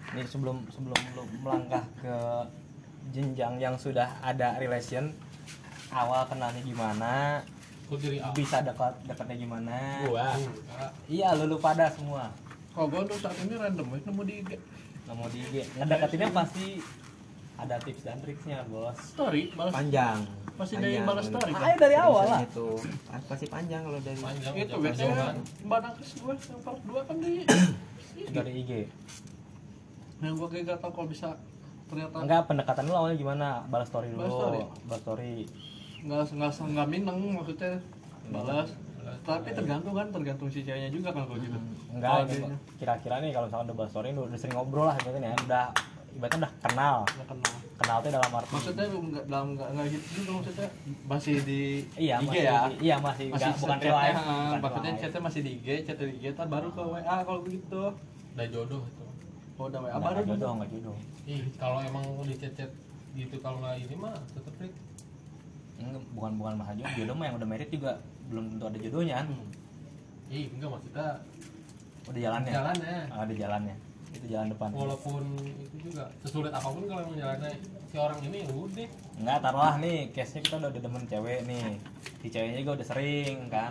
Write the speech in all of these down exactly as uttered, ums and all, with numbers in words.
Nih sebelum sebelum lu melangkah ke jenjang yang sudah ada relation, awal kenalnya gimana? Bisa dekat dekatnya gimana? Gua. Iya, lu, lu pada semua. Kalau gua untuk saat ini random, nemu di I G. Nemu di I G. Ngedeketinnya pasti ada tips dan triksnya, Bos. Story balas Panjang. Pasti dari balas story kan. Ayo dari awal lah. Itu pasti panjang kalau dari Panjang, Itu jauh, biasanya jauh. Mbak Nakis gua yang part dua kan di Dari I G. yang gua kayak gak tau kalau bisa ternyata Enggak, pendekatan lu awalnya gimana? Balas story dulu. Balas story? Balas story. nggak nggak nggak mineng maksudnya balas. Tapi tergantung kan, tergantung si ceweknya juga kan kalau gitu. Enggak, Kalau ini dianya kira-kira nih kalau misalkan udah balas story udah, udah sering ngobrol lah ibaratnya ya. Udah ibaratnya udah kenal. nggak kenal. Kenal tuh dalam arti Maksudnya lu nggak dalam nggak nggak gitu juga maksudnya masih di iya, I G masih, ya. Iya, masih, Masih enggak, bukan chatnya, real life. ah, bukan maksudnya real life. chatnya masih di I G, chat di I G, tar baru ke W A kalau begitu. Udah jodoh itu. Oh udah W A Nggak, baru nggak jodoh, enggak jodoh. Ih, kalau emang di chat-chat gitu kalau nggak ini mah tetep Rik. Enggak, bukan bukan masalah jodoh, jodoh mah yang udah merit juga belum tentu ada jodohnya. Hmm. Ih, enggak maksudnya Udah jalannya. jalannya. Ah, ada jalannya. Itu jalan depan. Walaupun itu juga sesulit apapun kalau emang jalannya si orang ini udah. Enggak, taruhlah nih, case-nya kita udah, udah demen cewek nih. Si ceweknya juga udah sering kan.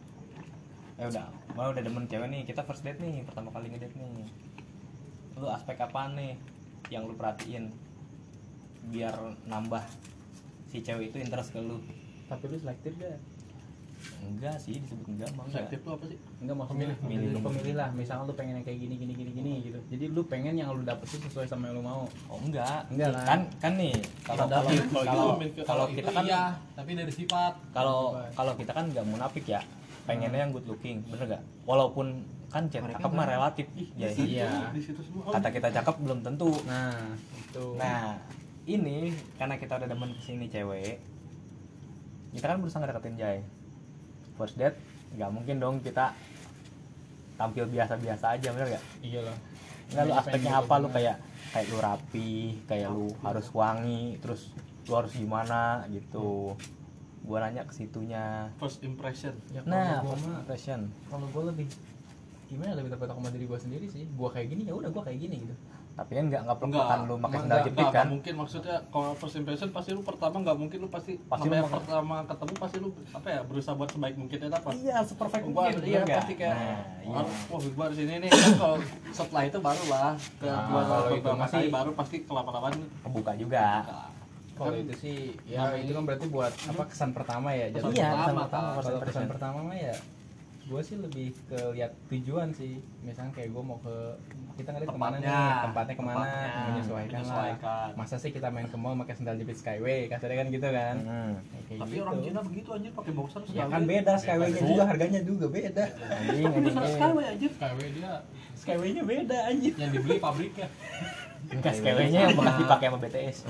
Eh udah, malah udah demen cewek nih, kita first date nih, pertama kali ngedate nih. Lu aspek apaan nih yang lu perhatiin biar nambah si cewek itu interest ke lu? Tapi lu selektif gak? Enggak sih, disebut enggak mah enggak. Selektif tuh apa sih? Enggak, maksudnya Pemilih. pemilih, pemilih lah. Misalnya lu pengen yang kayak gini gini gini gini gitu. Jadi lu pengen yang lu dapet tuh sesuai sama yang lu mau. Oh enggak. Enggak lah. Kan kan nih kalau Kalau kalau gitu, kalau gitu. kalau Itu kita kan iya, tapi dari sifat. kalau kalau kita kan nggak munafik ya. Pengennya yang good looking, bener gak? Walaupun kan chat Mereka cakep mah nggak. relatif. Ya, Iya. Di situ semua. Oh, kata kita cakep belum tentu. Nah, itu. Nah, ini karena kita udah demen kesini cewek, kita kan berusaha ngedeketin Jai. First date, nggak mungkin dong kita tampil biasa-biasa aja, bener gak? Iyalah. Nggak, lu Iya, aspeknya pengen apa? Lu gimana? kayak kayak lu rapi, kayak lu harus wangi, terus lu harus gimana gitu. Gua nanya ke situnya. first impression. Ya, kalau Nah, gua first mah, impression. kalau gue lebih gimana, lebih terpatok sama diri gue sendiri sih. Gue kayak gini ya udah gue kayak gini gitu. Tapi kan nggak nggak Enggak, peluk lu pakai enggak, sandal jepit enggak, kan? enggak mungkin maksudnya kalau first impression pasti lu pertama nggak mungkin lu pasti, Pasti namanya lu- pertama ketemu pasti lu apa ya berusaha buat sebaik mungkin ya apa? Iya, seperfect Gua mungkin. iya bener nggak? pasti kayak Nah, iya. wah Big Bar sini nih kan kalau setelah itu baru lah ke Nah, dua kalau itu beberapa masih- kali baru pasti kelapa-lapaan Kebuka juga. Kalau Kan itu sih ya namanya- itu kan berarti buat apa, kesan pertama ya. Kesan jatuhnya. Iya, pertama, kesan kan. pertama, first Kalau kesan impression. pertama mah ya gue sih lebih ke lihat tujuan sih. Misalnya kayak gue mau ke kita ngeliat kemana nih, Tempatnya. tempatnya kemana, Tempatnya. menyesuaikan, Menyesuaikan. lah. Masa sih kita main ke mall pakai sandal jepit Skyway, kasarnya kan gitu kan. Hmm. Ya, kayak Tapi gitu. orang Cina begitu anjir pakai boxer Ya kan beda, Skyway-nya juga harganya juga beda. Anjing, anjing. Sekali anjir. K W dia Skyway-nya beda anjir. yang dibeli pabriknya. Enggak, skewenya yang bekas dipakai sama B T S.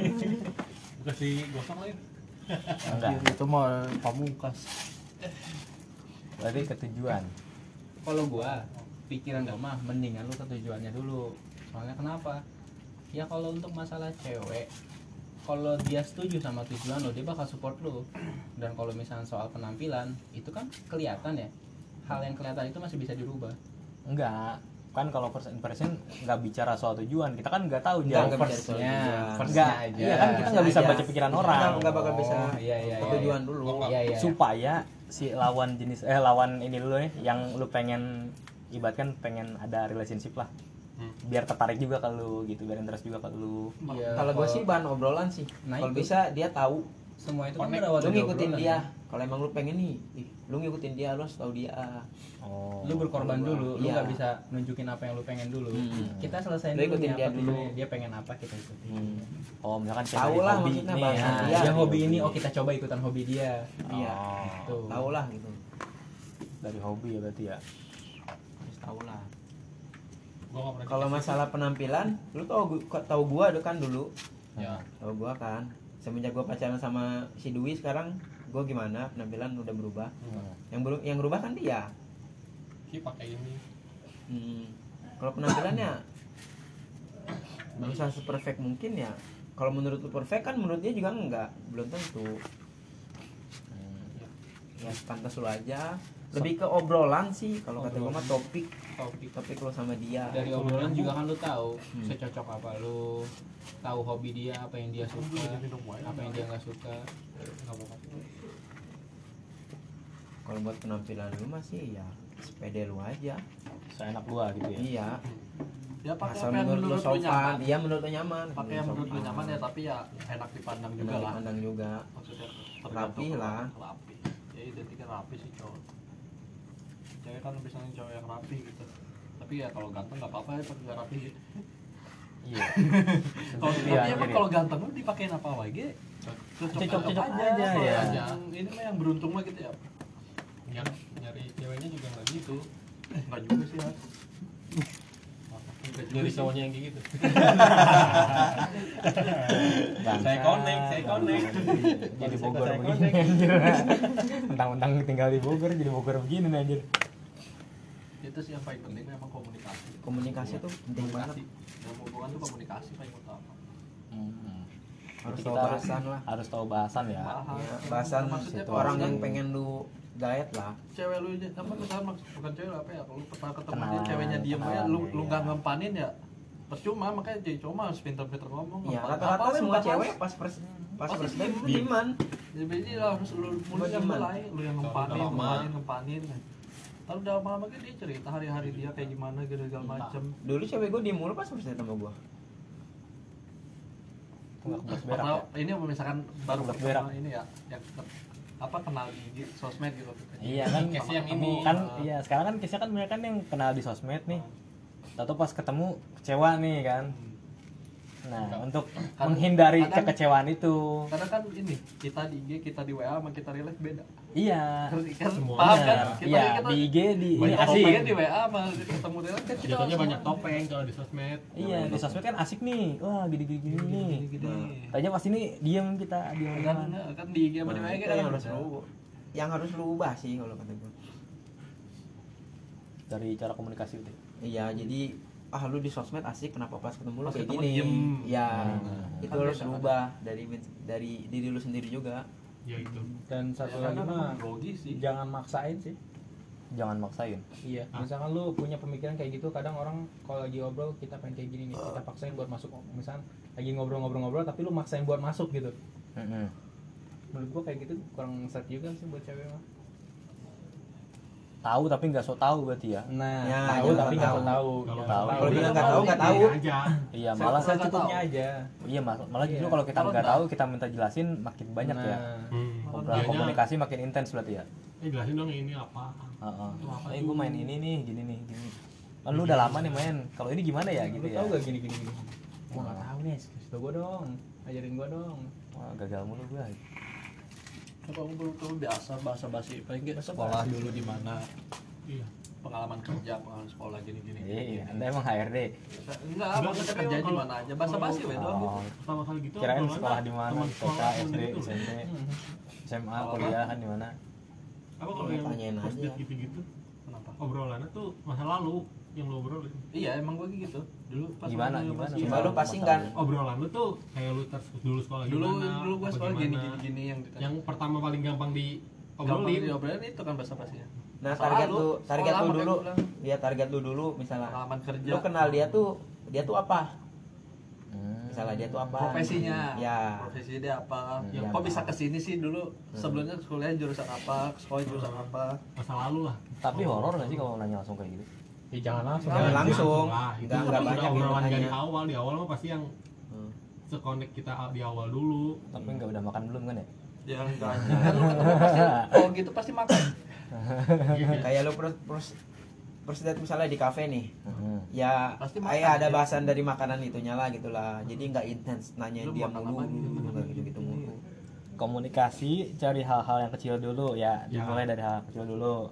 Kasih gosong lain. Enggak. Itu mah pamungkas. Berarti ketujuan. Kalau gua pikiran gua mah mendingan lu ke tujuannya dulu. Soalnya kenapa? Ya kalau untuk masalah cewek, kalau dia setuju sama tujuan lo, dia bakal support lu. Dan kalau misalnya soal penampilan, itu kan kelihatan ya. Hal yang kelihatan itu masih bisa dirubah. Enggak. Kan kalau first impression nggak bicara soal tujuan. Kita kan nggak tahu Nggak, jauh nggak bicara soal Firstnya, tujuan. firstnya Enggak. aja. Iya kan kita nggak bisa Aja. baca pikiran orang. Nggak, nggak bakal bisa Oh, iya, iya, ke iya, tujuan iya. dulu. Iya, iya. Supaya si lawan jenis eh lawan ini dulu nih yang lu pengen ibaratkan pengen ada relationship lah. Hmm. Biar tertarik juga ke lu gitu, biar interest juga ke lu. Iya, Kalau gue sih bahan obrolan sih. Nah, Kalau itu. bisa dia tahu. semua itu kan Connect. berawal Lu dari ngikutin obrolan. dia. Kalau emang lu pengen nih, ih, lu ngikutin dia, lu harus tahu dia. Oh. Lu berkorban dulu, lu Iya. nggak bisa nunjukin apa yang lu pengen dulu. Hmm. Kita selesaiin Lu dulu ikutin nih dia apa dulu. tujuannya, dia pengen apa kita ikutin. Hmm. Oh, misalkan kayak Tahu dari lah hobi maksudnya nih bahasa ya. dia. Dia hobi ini, oh kita coba ikutan hobi dia. Iya. Oh. Tuh. Tahu lah gitu. Dari hobi ya berarti ya. Harus tahu lah. Gua nggak pernah Kalau dikasih. masalah penampilan, lu tahu gu- tahu gua kan dulu. Ya. Tahu gua kan. Semenjak gua pacaran sama si Dwi sekarang gua gimana penampilan udah berubah. Hmm. Yang beru- yang berubah kan dia. Si pakai ini. Hmm. Kalau penampilannya berusaha seperfect mungkin ya. Kalau menurut lu perfect kan menurut dia juga enggak, belum tentu. Hmm. Ya pantas lu aja. Lebih ke obrolan sih kalau kata gua mah topik. topik topik lo sama dia. dari obrolan juga kan lu tahu Hmm. secocok apa lu, tahu hobi dia, apa yang dia suka, apa yang dia nggak suka. Kalau buat penampilan lu masih ya sepede lu aja. Seenak gua gitu ya. Iya. Ya pakai Asal apa yang menurut lu menurut lu sopan, nyaman. iya menurut lu nyaman. Pakai yang menurut lu nyaman ya, tapi ya enak dipandang juga Enak lah. dipandang juga. Maksudnya Rapi tergantung lah. Rapi. Ya identiknya rapi sih cowok. Cewek kan misalnya cowok yang rapi gitu. Tapi ya kalau ganteng nggak apa-apa ya pakai nggak rapi. Iya. Kalau Iya, tapi emang jadi. kalau ganteng lu dipakein apa lagi? Cocok-cocok aja, Kalau ya. yang ini mah yang beruntung mah gitu ya. nyari nyari ceweknya juga nggak gitu, Eh, enggak juga sih ya. nyari cowoknya yang kayak gitu. Bangsa. Saya connect, saya connect. Jadi Saya Bogor connect. begini anjir. Mentang-mentang tinggal di Bogor jadi Bogor begini nih, anjir. Itu sih yang paling penting memang komunikasi. Komunikasi tuh penting banget. Dalam hubungan tuh komunikasi paling utama. Hmm. Harus Berarti tahu kita harus, bahasan lah. harus tahu bahasan ya. Bahas. Ya, bahasan Maksudnya situ. orang kan yang pengen lu gaet lah. cewek lu aja, apa misalnya maksud bukan cewek apa ya, kalau lu pertama ketemu dia Kenalan, ceweknya diem aja, kenalan, lu ya, lu iya. nggak ngempanin ya percuma, makanya jadi cowok mah harus pintar-pintar ngomong. Iya, Ngempanin. rata-rata Apa, semua bukan cewek mas? pas pers pas Pasti first diem, date diem. dieman. Jadi harus lu mulu yang Dieman. mulai, lu yang ngempanin, Kalau lama. ngempanin, ngempanin. Lalu udah lama-lama kan dia cerita hari-hari dia kayak gimana gitu segala macem. Dulu cewek gue diem mulu pas first date sama gue. Enggak kebelas berak Atau ya. ini apa misalkan baru Kebelas pertama berak. ini ya, yang ke- apa kenal di I G, sosmed gitu. Iya kan, Case yang Ketemu, ini. kan uh, iya sekarang kan case kan mereka kan yang kenal di sosmed nih. Tahu pas ketemu kecewa nih kan. Nah, untuk Kan- menghindari kadang- kekecewaan itu. Karena kan ini kita di I G, kita di W A sama kita real life beda. Iya. Ngerti kan? Semua. Paham kan? Benar. Kita, Iya, kita di I G di ini banyak asik. topengnya di W A sama ketemu real life kan kita Jatuhnya langsung- banyak topeng kalau di sosmed. Iya, di sosmed kan asik nih. Wah, gini-gini nih. Gini-gini. Tanya pasti nih diem kita, diem Kan, diem. kan di I G sama di W A Nah, itu kan yang harus beda. lu yang harus lu ubah sih kalau kata gue. Dari cara komunikasi itu. Iya, jadi ah lu di sosmed asik, kenapa pas ketemu lu Pas kayak ketemu gini? diem. Ya, Hmm. itu Kan harus beda, lu kan? ubah dari dari diri lu sendiri juga. Ya itu. Dan satu Ya, lagi karena mah memang logis sih. jangan maksain sih. Jangan maksain. Iya, Ah. misalkan lu punya pemikiran kayak gitu, kadang orang kalau lagi ngobrol kita pengen kayak gini nih, kita paksain buat masuk. Misalkan lagi ngobrol-ngobrol-ngobrol tapi lu maksain buat masuk gitu. Heeh. Menurut gua kayak gitu kurang set juga sih buat cewek mah. Tahu tapi nggak so tahu berarti ya. Nah, Ya, tahu jangan tapi nggak tahu. so tahu. Kalau Jangan tahu. tahu. Kalau bilang nggak tahu, nggak tahu. Ini aja. Iya, Saya- malah saya- Secukupnya tahu. aja. iya malah, malah justru Iya. kalau kita Kalau nggak nggak- tahu kita minta jelasin makin banyak ya. Nah, Hmm. Obrolan Dianya, komunikasi makin intens berarti ya. Eh jelasin dong ini apa. Heeh. Itu apa Eh tuh? gue main ini nih, gini nih, gini. Kan lu udah lama nih main. Kalau ini gimana ya gitu lu ya. tahu gak gini gini gini? Gua nggak tahu nih, kasih tau gua dong, ajarin gua dong. Wah, gagal mulu gua. Apa ngobrol tuh biasa bahasa basi paling nggak Basa-basi. sekolah dulu di mana, Iya. pengalaman kerja, pengalaman sekolah gini-gini. Iya, Anda emang H R D. Enggak, maksudnya tapi kerja di kalau- mana aja, bahasa basi we doang gitu. Oh, Pertama kali gitu. kirain obrolannya sekolah di mana? teman T K, sekolah S D, gitu. S M P, Hmm. S M A, kuliahan di mana? Apa kalau Ya, yang tanyain first aja. date gitu-gitu? Kenapa? Obrolannya tuh masa lalu yang lo obrolin. Iya, emang gue gitu. Dulu pas Gimana, waktu gimana? masih- Cuma lu pasti kan Obrolan lu tuh kayak lu tes dulu sekolah dulu gimana? dulu gue apa sekolah gimana. gini gini gini yang ditanya. Yang pertama paling gampang di Gampang obrolin. diobrolin itu kan bahasa basinya. nah Soal target lu, lu target sekolah lu makanya dulu. gua bilang, Dia target lu dulu misalnya. pengalaman kerja. Lu kenal dia tuh dia tuh apa? Hmm. Misalnya dia tuh apa? profesinya. Ya. Profesinya dia apa? Ya, Kok bisa kesini sih dulu? Sebelumnya kuliah jurusan apa? Sekolah jurusan apa? Masa lalu lah. Tapi horor nggak sih kalau nanya langsung kayak gitu? Ya jangan langsung. Jangan ya. langsung. lah. Itu Nggak- kan nggak udah banyak yang obrolan bertanya. dari awal. Di awal mah pasti yang Hmm. se-connect kita di awal dulu. Tapi nggak udah makan belum kan ya? Ya enggak. Kan lu ketemu pasti kalau gitu pasti makan. Kayak lu pros pros first date misalnya di kafe nih. Heeh. Ya, Pasti makan, kayak ada ya. bahasan dari makanan itunya lah gitulah. Jadi nggak intens nanya Lu dia makan mulu, apa gitu? nggak gitu-gitu mulu. Komunikasi, cari hal-hal yang kecil dulu ya. Ya. Dimulai dari hal kecil dulu.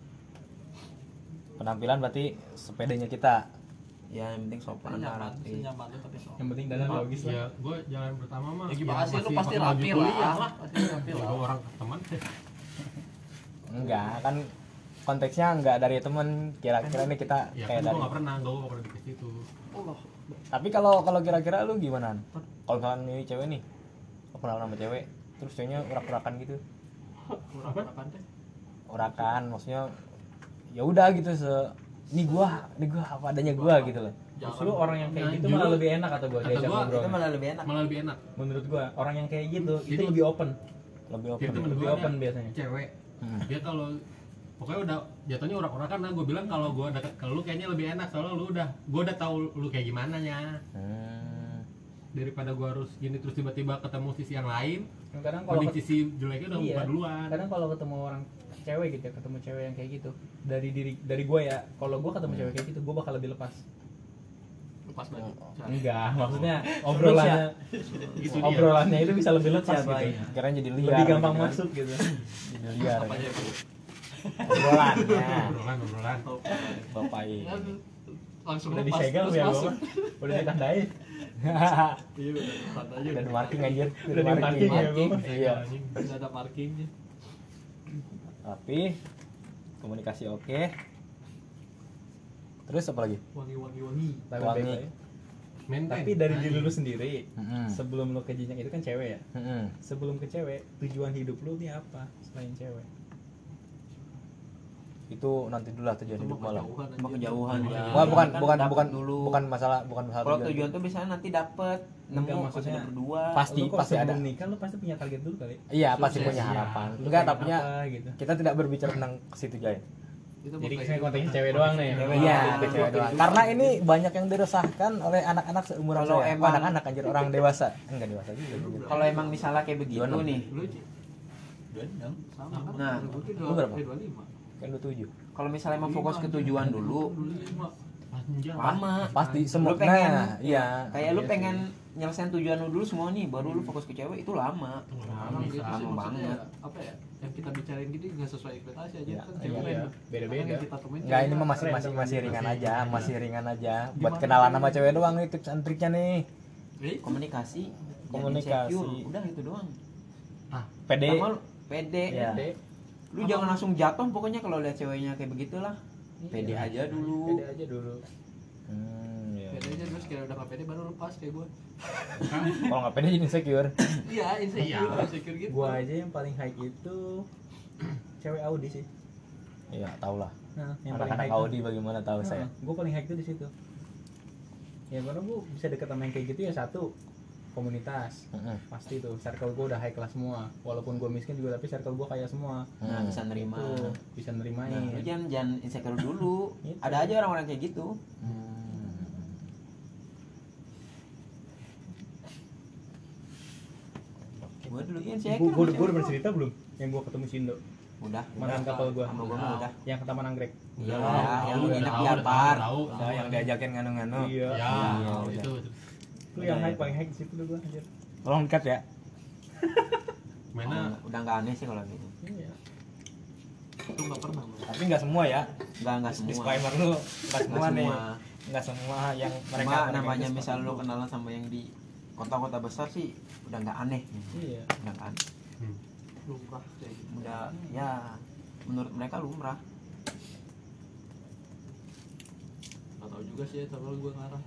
Penampilan berarti sepedanya kita. Ya yang penting sopan lah, Nyaman, rapi. senyaman lu tapi sopan. Yang penting dalam logis lah. Ya, gue jalan pertama mah. Ya gimana sih lu masih pasti pas rapi maju kuliah lah. Pasti rapi Ya, lah. gua orang teman. Enggak, kan konteksnya enggak dari temen. Kira-kira nih kita Ya kayak kan dari. gue gak pernah, gue gak pernah dikasih itu. Allah. Tapi kalau kalau kira-kira lu gimana? Kalau misalkan ini cewek nih, lu kenal sama cewek, terus ceweknya urak-urakan gitu. Apa? Apaan teh? Urakan, maksudnya ya udah gitu se ini gua ini gua apa adanya gua gitu loh. Justru orang yang kayak Nah, gitu justru- malah lebih enak kata gua kata diajak gua, ngobrol. Itu malah lebih enak. malah lebih enak. Menurut gua orang yang kayak gitu itu Jadi- lebih open. Lebih Dia open. temen Lebih gua open ada biasanya. cewek. Hmm. Dia kalau pokoknya udah jatuhnya urak-urakan kan, nah gue bilang kalau gue deket ke lu kayaknya lebih enak soalnya lu udah gue udah tahu lu kayak gimana nya, Hmm. daripada gue harus gini terus tiba-tiba ketemu sisi yang lain, Kadang kalau mending ket- sisi jeleknya udah iya, buka duluan. kadang kalau ketemu orang cewek gitu ya, ketemu cewek yang kayak gitu dari diri dari gue ya, kalau gue ketemu cewek kayak gitu gue bakal lebih lepas. Lepas baju. Enggak, maksudnya obrolannya Gitu dia. obrolannya itu bisa lebih lepas Siapa gitu. ya? Kirain jadi liar. Lebih gampang gitu kan. masuk gitu. Jadi liar. Apa aja Pak? Obrolannya. obrolan obrolan. Bapak ini. Langsung Udah lepas, disegel terus ya masuk. gua. Udah ditandain. Iya udah depan aja. Udah di marking anjir. Udah di marking ya gua. Iya. Udah ada markingnya. Tapi komunikasi oke. Terus apa lagi? Wangi-wangi wangi. Tapi Wangi. baik-baik. Maintain. Tapi dari diri Anjing. lu sendiri, Mm-mm. sebelum lu ke jenjang itu kan cewek ya. Mm-mm. Sebelum ke cewek, tujuan hidup lu nih apa selain cewek? Itu nanti dulu lah tujuan hidup malam. Mau kejauhan ya. Wah, bukan Kan bukan dapet bukan dulu. bukan masalah bukan masalah Kalau tujuan tuh biasanya nanti dapet Enggak, nemu maksudnya maksudnya berdua. Pasti Lu kok pasti ada. sebelum nikah lu pasti punya target dulu kali. Iya, pasti Sukses, punya iya. harapan. Lu Enggak, pengen tapi apa gitu. kita tidak berbicara tentang ke situ Jay. Itu Jadi bukan- saya konteksnya cewek doang nih. Cewek. Iya, doang. ke cewek doang. Karena ini banyak yang diresahkan oleh anak-anak seumuran Kalau saya. emang- Anak-anak anjir, orang dewasa. Enggak dewasa juga. juga. Kalau emang misalnya kayak begitu Dua enam. nih. Lu Ci? sama kan? Nah, Gue lu berapa? dua puluh lima. Kan lu tujuh. Kalau misalnya emang fokus ke tujuan dulu, dua puluh lima. Anjir. lama. Pasti semua Lu pengen, nah, iya. kayak lu Iya pengen nyelesain tujuan lu dulu semua nih, baru lu fokus ke cewek itu lama. Lama bisa. gitu sih Lama maksudnya banget. ya, apa ya? Yang kita bicarain gini nggak sesuai ekspektasi aja Iya, kan iya, cewek iya. random. Beda-beda. Kadang yang kita temuin Enggak, ini cewek mah masih Keren, masih keren. masih ringan Masih- aja, masih ringan aja. Buat Gimana kenalan tuh? sama cewek doang nih tips and triknya nih. Eh, Komunikasi, jangan Komunikasi. insecure. Udah itu doang. Pede. Sama lu pede. Iya. Pede. Lu jangan langsung jatuh pokoknya kalau lihat ceweknya kayak begitulah. Pede Iya. aja dulu. Pede aja dulu. Hmm, iya. pede aja terus kayak udah nggak pede baru lepas kayak gue. Kalau nggak pede jadi insecure. Iya, insecure, Iya. insecure gitu. Gua aja yang paling high itu cewek Audi sih. Iya, tau lah. Nah, yang paling Anak-anak high Audi bagaimana tahu saya. Gue paling high itu di situ. Ya karena gue bisa deket sama yang kayak gitu ya satu komunitas Heeh. pasti tuh circle gue udah high class semua walaupun gue miskin juga tapi circle gue kaya semua. Nah, Hmm. bisa nerima. Tuh, bisa nerimain. Nah, lu jangan jangan insecure dulu. Gitu. Ada aja orang-orang kayak gitu. Hmm. Gua dulu Gue iya insecure. gue sama udah cewek bercerita belum yang gue ketemu Sindo Udah. mantan kapal gue Sama gua mah udah. yang ke Taman Anggrek. Iya, Tahu, yang tahu, lu udah nginep tahu, di udah Alphard. tahu, Udah tahu. yang diajakin nganu-nganu. Iya. Ya, Iya, tahu udah. itu. Itu yang high paling high di situ tuh gue anjir. Tolong dekat ya. Mainnya Oh, udah nggak aneh sih kalau gitu. Iya. Itu nggak pernah. Bro. Tapi nggak semua ya. Nggak nggak semua. Disclaimer lu, nggak semua Nggak nih. semua. Nggak semua yang Cuma mereka mereka namanya itu misal seperti lu itu. kenalan sama yang di kota-kota besar sih udah nggak aneh. Iya. Udah nggak aneh. Lumrah kayak gitu. Udah ya menurut mereka lumrah. Nggak tahu juga sih ya, tapi gue ngarah.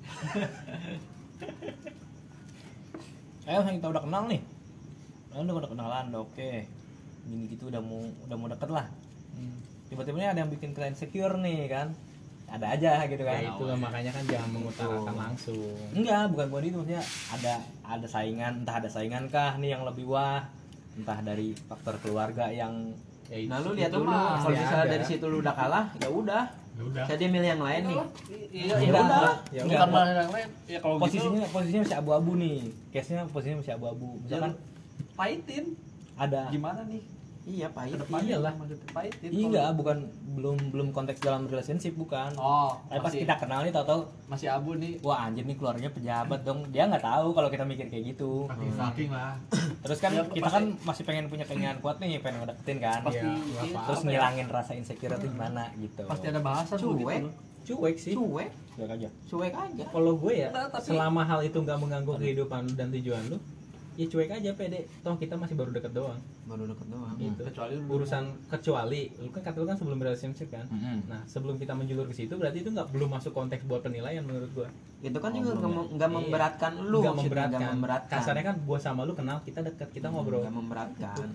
Eh, kita udah kenal nih. Nah, udah udah kenalan, udah oke. Gini gitu udah mau udah mau deket lah. Hmm. Tiba-tiba nih ada yang bikin kalian secure nih kan. Ada aja gitu kan. Ya itulah makanya kan jangan mengutarakan langsung. Enggak, bukan bukan itu maksudnya ada ada saingan, entah ada saingan kah nih yang lebih wah, entah dari faktor keluarga yang Ya, itu- Nah lu lihat itu dulu mah kalau pasti misalnya ada. dari situ lu udah kalah, ya udah. ya udah. Saya dia milih yang lain nih. Iya, Ya udah. Ya Enggak, Bukan malah yang lain. Ya kalau posisinya gitu posisinya masih abu-abu nih. Case-nya posisinya masih abu-abu. ya Misalkan lu pahitin. ada Gimana nih? Iya pahit. Kedepannya Iyalah. maksudnya pahitin. Iya, enggak, bukan belum belum konteks dalam relationship bukan. Oh, Tapi pas masih, kita kenal nih tahu-tahu masih abu nih. wah anjir nih keluarganya pejabat dong. Dia nggak tahu kalau kita mikir kayak gitu. Saking saking lah. Terus kan Ya, kita pasti- kan masih pengen punya keinginan kuat nih, pengen ngedeketin kan. Pasti Iya, iya, Terus apa ya? ngilangin rasa insecure itu gimana gitu. Pasti ada bahasan tuh Cuek. gitu. Cuek sih. Cuek, Cuek aja. cuek aja. Kalau gue ya, Nah, tapi- selama hal itu nggak mengganggu kehidupan lu dan tujuan lu, ya cuek aja pede. Toh kita masih baru deket doang. Baru deket doang. Gitu. Kecuali lu Urusan kecuali, lu kan kata lu kan sebelum relationship kan. Mm-mm. Nah sebelum kita menjulur ke situ berarti itu nggak belum masuk konteks buat penilaian menurut gua. Itu kan Oh, juga belum nggak ya. mem- nggak Iya. memberatkan lu, Nggak maksudnya, memberatkan. nggak memberatkan. Kasarnya kan gua sama lu kenal kita dekat kita Hmm, ngobrol. nggak memberatkan.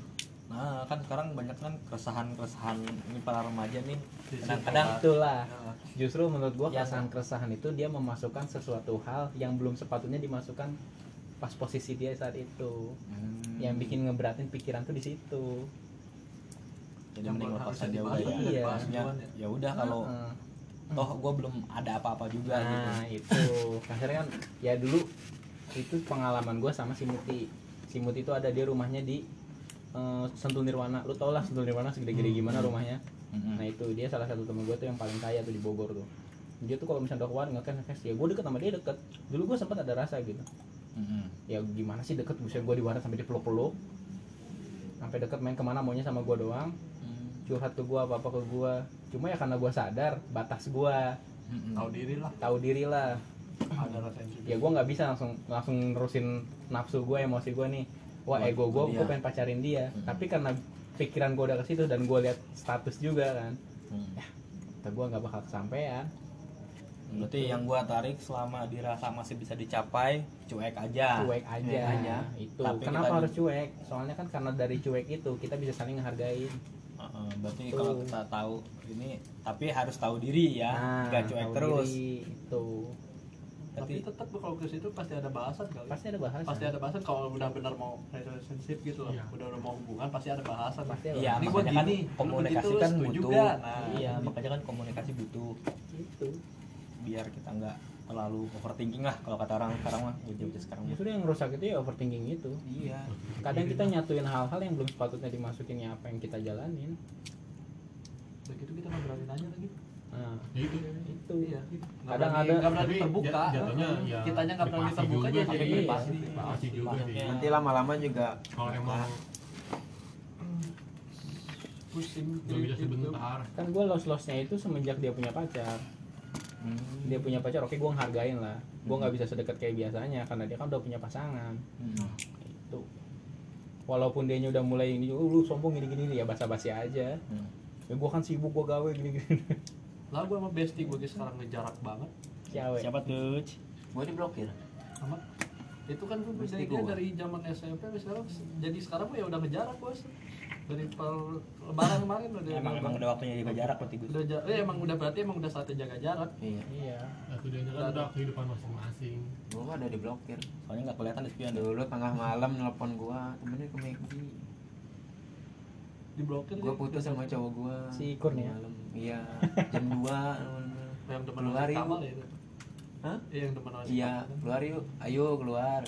Nah kan sekarang banyak kan keresahan-keresahan ini para remaja nih. Di situ. Kadang-kadang Itulah. Ya. Justru menurut gua Ya, keresahan-keresahan itu dia memasukkan sesuatu hal yang belum sepatutnya dimasukkan pas posisi dia saat itu. hmm, Yang bikin ngeberatin pikiran tuh di situ. jadi Yang mending lepas harusnya aja dibahas udah kan ya. udah Iya. dibahas Maksudnya duluan ya. ya udah kalau Heeh. toh gue belum ada apa-apa juga gitu. Nah itu akhirnya kan ya dulu itu pengalaman gue sama si Muti. Si Muti itu ada dia rumahnya di eh, Sentul Nirwana. Lu tau lah Sentul Nirwana segede-gede gimana rumahnya. Mm-mm. Nah itu dia salah satu temen gue tuh yang paling kaya tuh di Bogor tuh. Dia tuh kalau misalnya udah keluar ngekes ngekes ya gue deket sama dia deket. Dulu gue sempat ada rasa gitu. Mm-mm. Ya gimana sih deket, bisa gue di warnet sampai dipeluk-peluk. Sampai deket main kemana maunya sama gue doang. Curhat ke gue apa-apa ke gue. Cuma ya karena gue sadar batas gue, Mm-mm. Tahu diri lah, tahu diri lah. ada rasa yang Ya gue nggak bisa langsung langsung nerusin nafsu gue, emosi gue nih. Wah Buat ego gue, dia. gue pengen pacarin dia. Hmm. Tapi karena pikiran gue udah ke situ dan gue lihat status juga kan, Hmm. kata gue nggak bakal kesampean. Berarti yang gua tarik selama dirasa masih bisa dicapai, cuek aja. Cuek aja, Cuek aja. itu. Tapi Kenapa kita harus cuek? Soalnya kan karena dari cuek itu kita bisa saling ngehargain. Heeh, berarti Tuh. kalau kita tahu ini, tapi harus tahu diri ya, nggak cuek tahu terus. diri, itu tapi Tapi tetap kalau ke situ pasti ada bahasan kali. pasti ada bahasan. Pasti ada bahasan kalau udah benar mau relationship gitu loh. Iya. Udah udah mau hubungan pasti ada bahasan. Pasti ada iya, Ini bahasan. gua makanya kan gini, lu komunikasi begitu, kan setuju butuh. nggak? Nah, Iya, gitu. makanya kan komunikasi butuh Itu. biar kita nggak terlalu overthinking lah kalau kata orang sekarang mah, udah sekarang mah. Justru yang rusak itu ya overthinking itu. Iya. Kadang kita nyatuin hal-hal yang belum sepatutnya dimasukin ya apa yang kita jalanin. Udah gitu kita nggak berani nanya lagi. Nah, Ya itu itu. Iya. Nggak Kadang berani- ada- nggak berani Tapi terbuka. jat- jatuhnya ya Kitanya nggak berani privasi terbuka juga aja sih. jadi Iya. privasi. Privasi juga sih. Iya. Nanti lama-lama juga Kalau emang Pusing. nggak bisa sebentar, Kan gue los-losnya itu semenjak dia punya pacar. Hmm. Dia punya pacar, oke gue ngehargain lah. Gue nggak bisa sedekat kayak biasanya karena dia kan udah punya pasangan. Hmm. Itu. Walaupun dia udah mulai ini, oh, lu sombong gini-gini ya basa-basi aja. Hmm. Ya gue kan sibuk, gue gawe gini-gini. Lah gue sama bestie gue sekarang ngejarak banget. Cewek. Siapa tuh? gue diblokir. Sama itu kan gue Mesti dari dia gua. dari zaman S M P sampai sekarang jadi sekarang gue ya udah ngejarak bos dari per lebaran kemarin udah Emang emang udah waktunya jaga jarak berarti gue. udah ja- eh, emang udah berarti emang udah saatnya jaga jarak. Iya. Iya. satu dia kan udah kehidupan masing-masing. Gue mah udah diblokir. Soalnya nggak kelihatan di spion. Dulu tengah malam nelpon gue, temennya ke McD. Diblokir Gue dia. putus sama cowok gue. Si Kurnia? Malam. Iya. Jam dua. yang demen keluar sama yuk. Kamal ya itu. Hah? Iya yang demen sama si Iya. Kamal kan. Keluar yuk. Ayo keluar.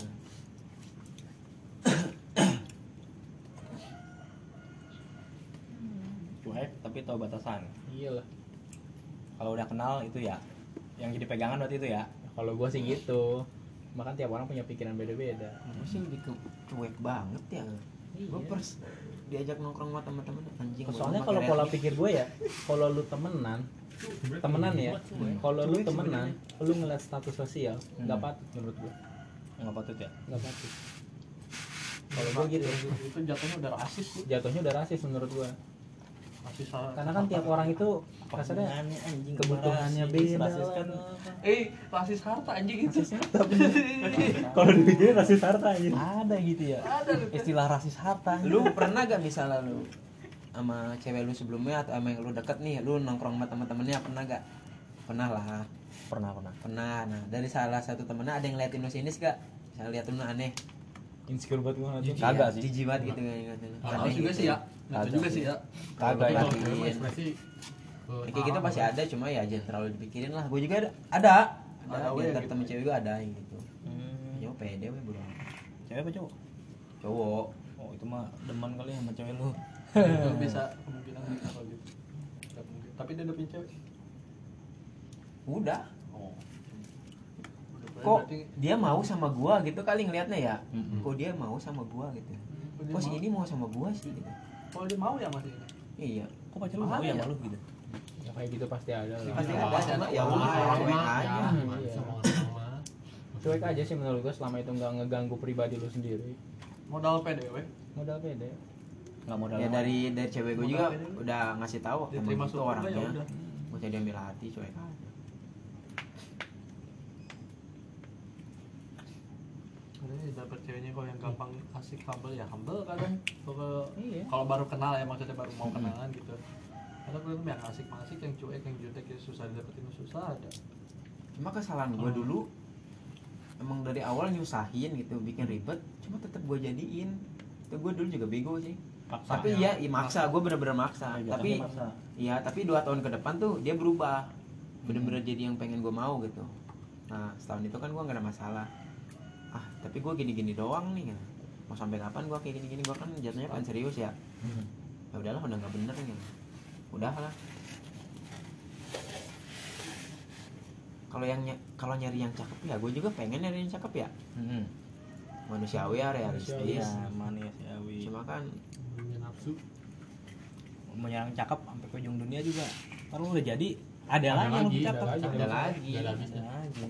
Cuek tapi tahu batasan. Iyalah. Kalau udah kenal itu ya, yang jadi pegangan berarti itu ya. Kalau gue sih gitu. Makan tiap orang punya pikiran beda-beda. Gue sih lebih ke cuek banget ya. Gue Iya. pers diajak nongkrong sama teman-teman anjing. Soalnya gua kalau pakai pola reaksi. pikir gue ya, kalau lu temenan, temenan ya, kalau lu temenan, lu ngeliat status sosial, nggak Hmm. patut menurut gue, Nggak patut ya. nggak patut. Kalau gue gitu, Itu jatuhnya udah rasis sih. jatuhnya udah rasis menurut gue. Rasis sa- Karena kan tiap orang itu kasarnya Hubungannya anjing kebutuhannya rasis, beda. rasis kan. Eh, rasis harta anjing itu. Kalau dipikirin rasis harta aja. Ada gitu ya. Ada lu. Istilah rasis harta. Lu pernah gak misalnya lu sama cewek lu sebelumnya atau sama yang lu deket nih, lu nongkrong sama teman-temannya pernah gak? Pernah lah. Pernah pernah. Pernah. Nah, dari salah satu temennya ada yang ngeliatin lu sinis gak? Misalnya liatin lu aneh. Insecure banget gue ngeliat Jijik. tuh. Kagak Iya, sih. jijik banget gitu kan ngeliatin. Tahu Aneh juga gitu. sih ya. Nggak tahu Kagak juga sih. sih ya. Kagak Tapi kalau perhatiin. cewek ekspresi eh, Ya, kayak gitu arah pasti apa? ada, cuma ya jangan terlalu dipikirin lah. Gue juga ada. Ada. Ada, Ada, di weh, antar gitu. temen cewek gue ada yang gitu. Hmm. Ya pede weh bro. Cewek apa cowok? Cowok. Oh itu mah demen kali sama cewek lu. Itu bisa kemungkinan bisa kalau gitu. Nggak mungkin. Tapi dia udah punya cewek. Udah. Oh. Udah, Kok berarti- dia mau sama gua gitu kali ngelihatnya ya? Mm-mm. Kok dia mau sama gua gitu? Kok dia Kok si mau? ini mau sama gua sih gitu? Kalau dia mau ya masih ini. Iya. Kok pacar lu Mana mau ya ya? sama lu gitu? Ya kayak gitu pasti ada lah. Pasti Ya, ada, sama- cuma ya sama udah, orang cuek mah, aja. ya, Iya. sama orang mah. Cuek aja sih menurut gue selama itu nggak ngeganggu pribadi lu sendiri. Modal P D W. Modal pede. Nggak modal Ya lama. dari dari cewek gua Modal juga pede. udah ngasih tahu Dia emang terima itu surga ya orangnya. udah. Gua jadi ambil hati cuek aja. sebenarnya dapet ceweknya kalau yang gampang asik humble ya humble kadang kalau Iya. kalau baru kenal ya maksudnya baru mau kenalan gitu. Ada belum yang asik asik yang cuek yang jutek yang susah didapetin susah ada. Cuma kesalahan gue dulu emang dari awal nyusahin gitu, bikin ribet, cuma tetap gue jadiin. Itu gue dulu juga bego sih. Paksa, Tapi ya. ya, iya maksa, gue bener-bener maksa. Ya, tapi jatuhnya maksa. iya, tapi dua tahun ke depan tuh dia berubah, bener-bener jadi yang pengen gue mau gitu. Nah setahun itu kan gue gak ada masalah. Ah tapi gue gini-gini doang nih, gitu. Mau sampai kapan gue kayak gini-gini, gue kan jatuhnya kan serius ya. Hmm. Ya udahlah, udah nggak bener gitu. Udahlah. Kalau yang ny- kalau nyari yang cakep ya, gue juga pengen nyari yang cakep ya. Hmm. Manusiawi ya, realistis. Iya, manusiawi. Cuma kan punya nafsu. Menyerang cakep sampai ke ujung dunia juga. Kalau udah jadi ada, Ada lagi yang lagi, lebih ada cakep. lagi. ada lagi. Nggak ada Ada habisnya. lagi.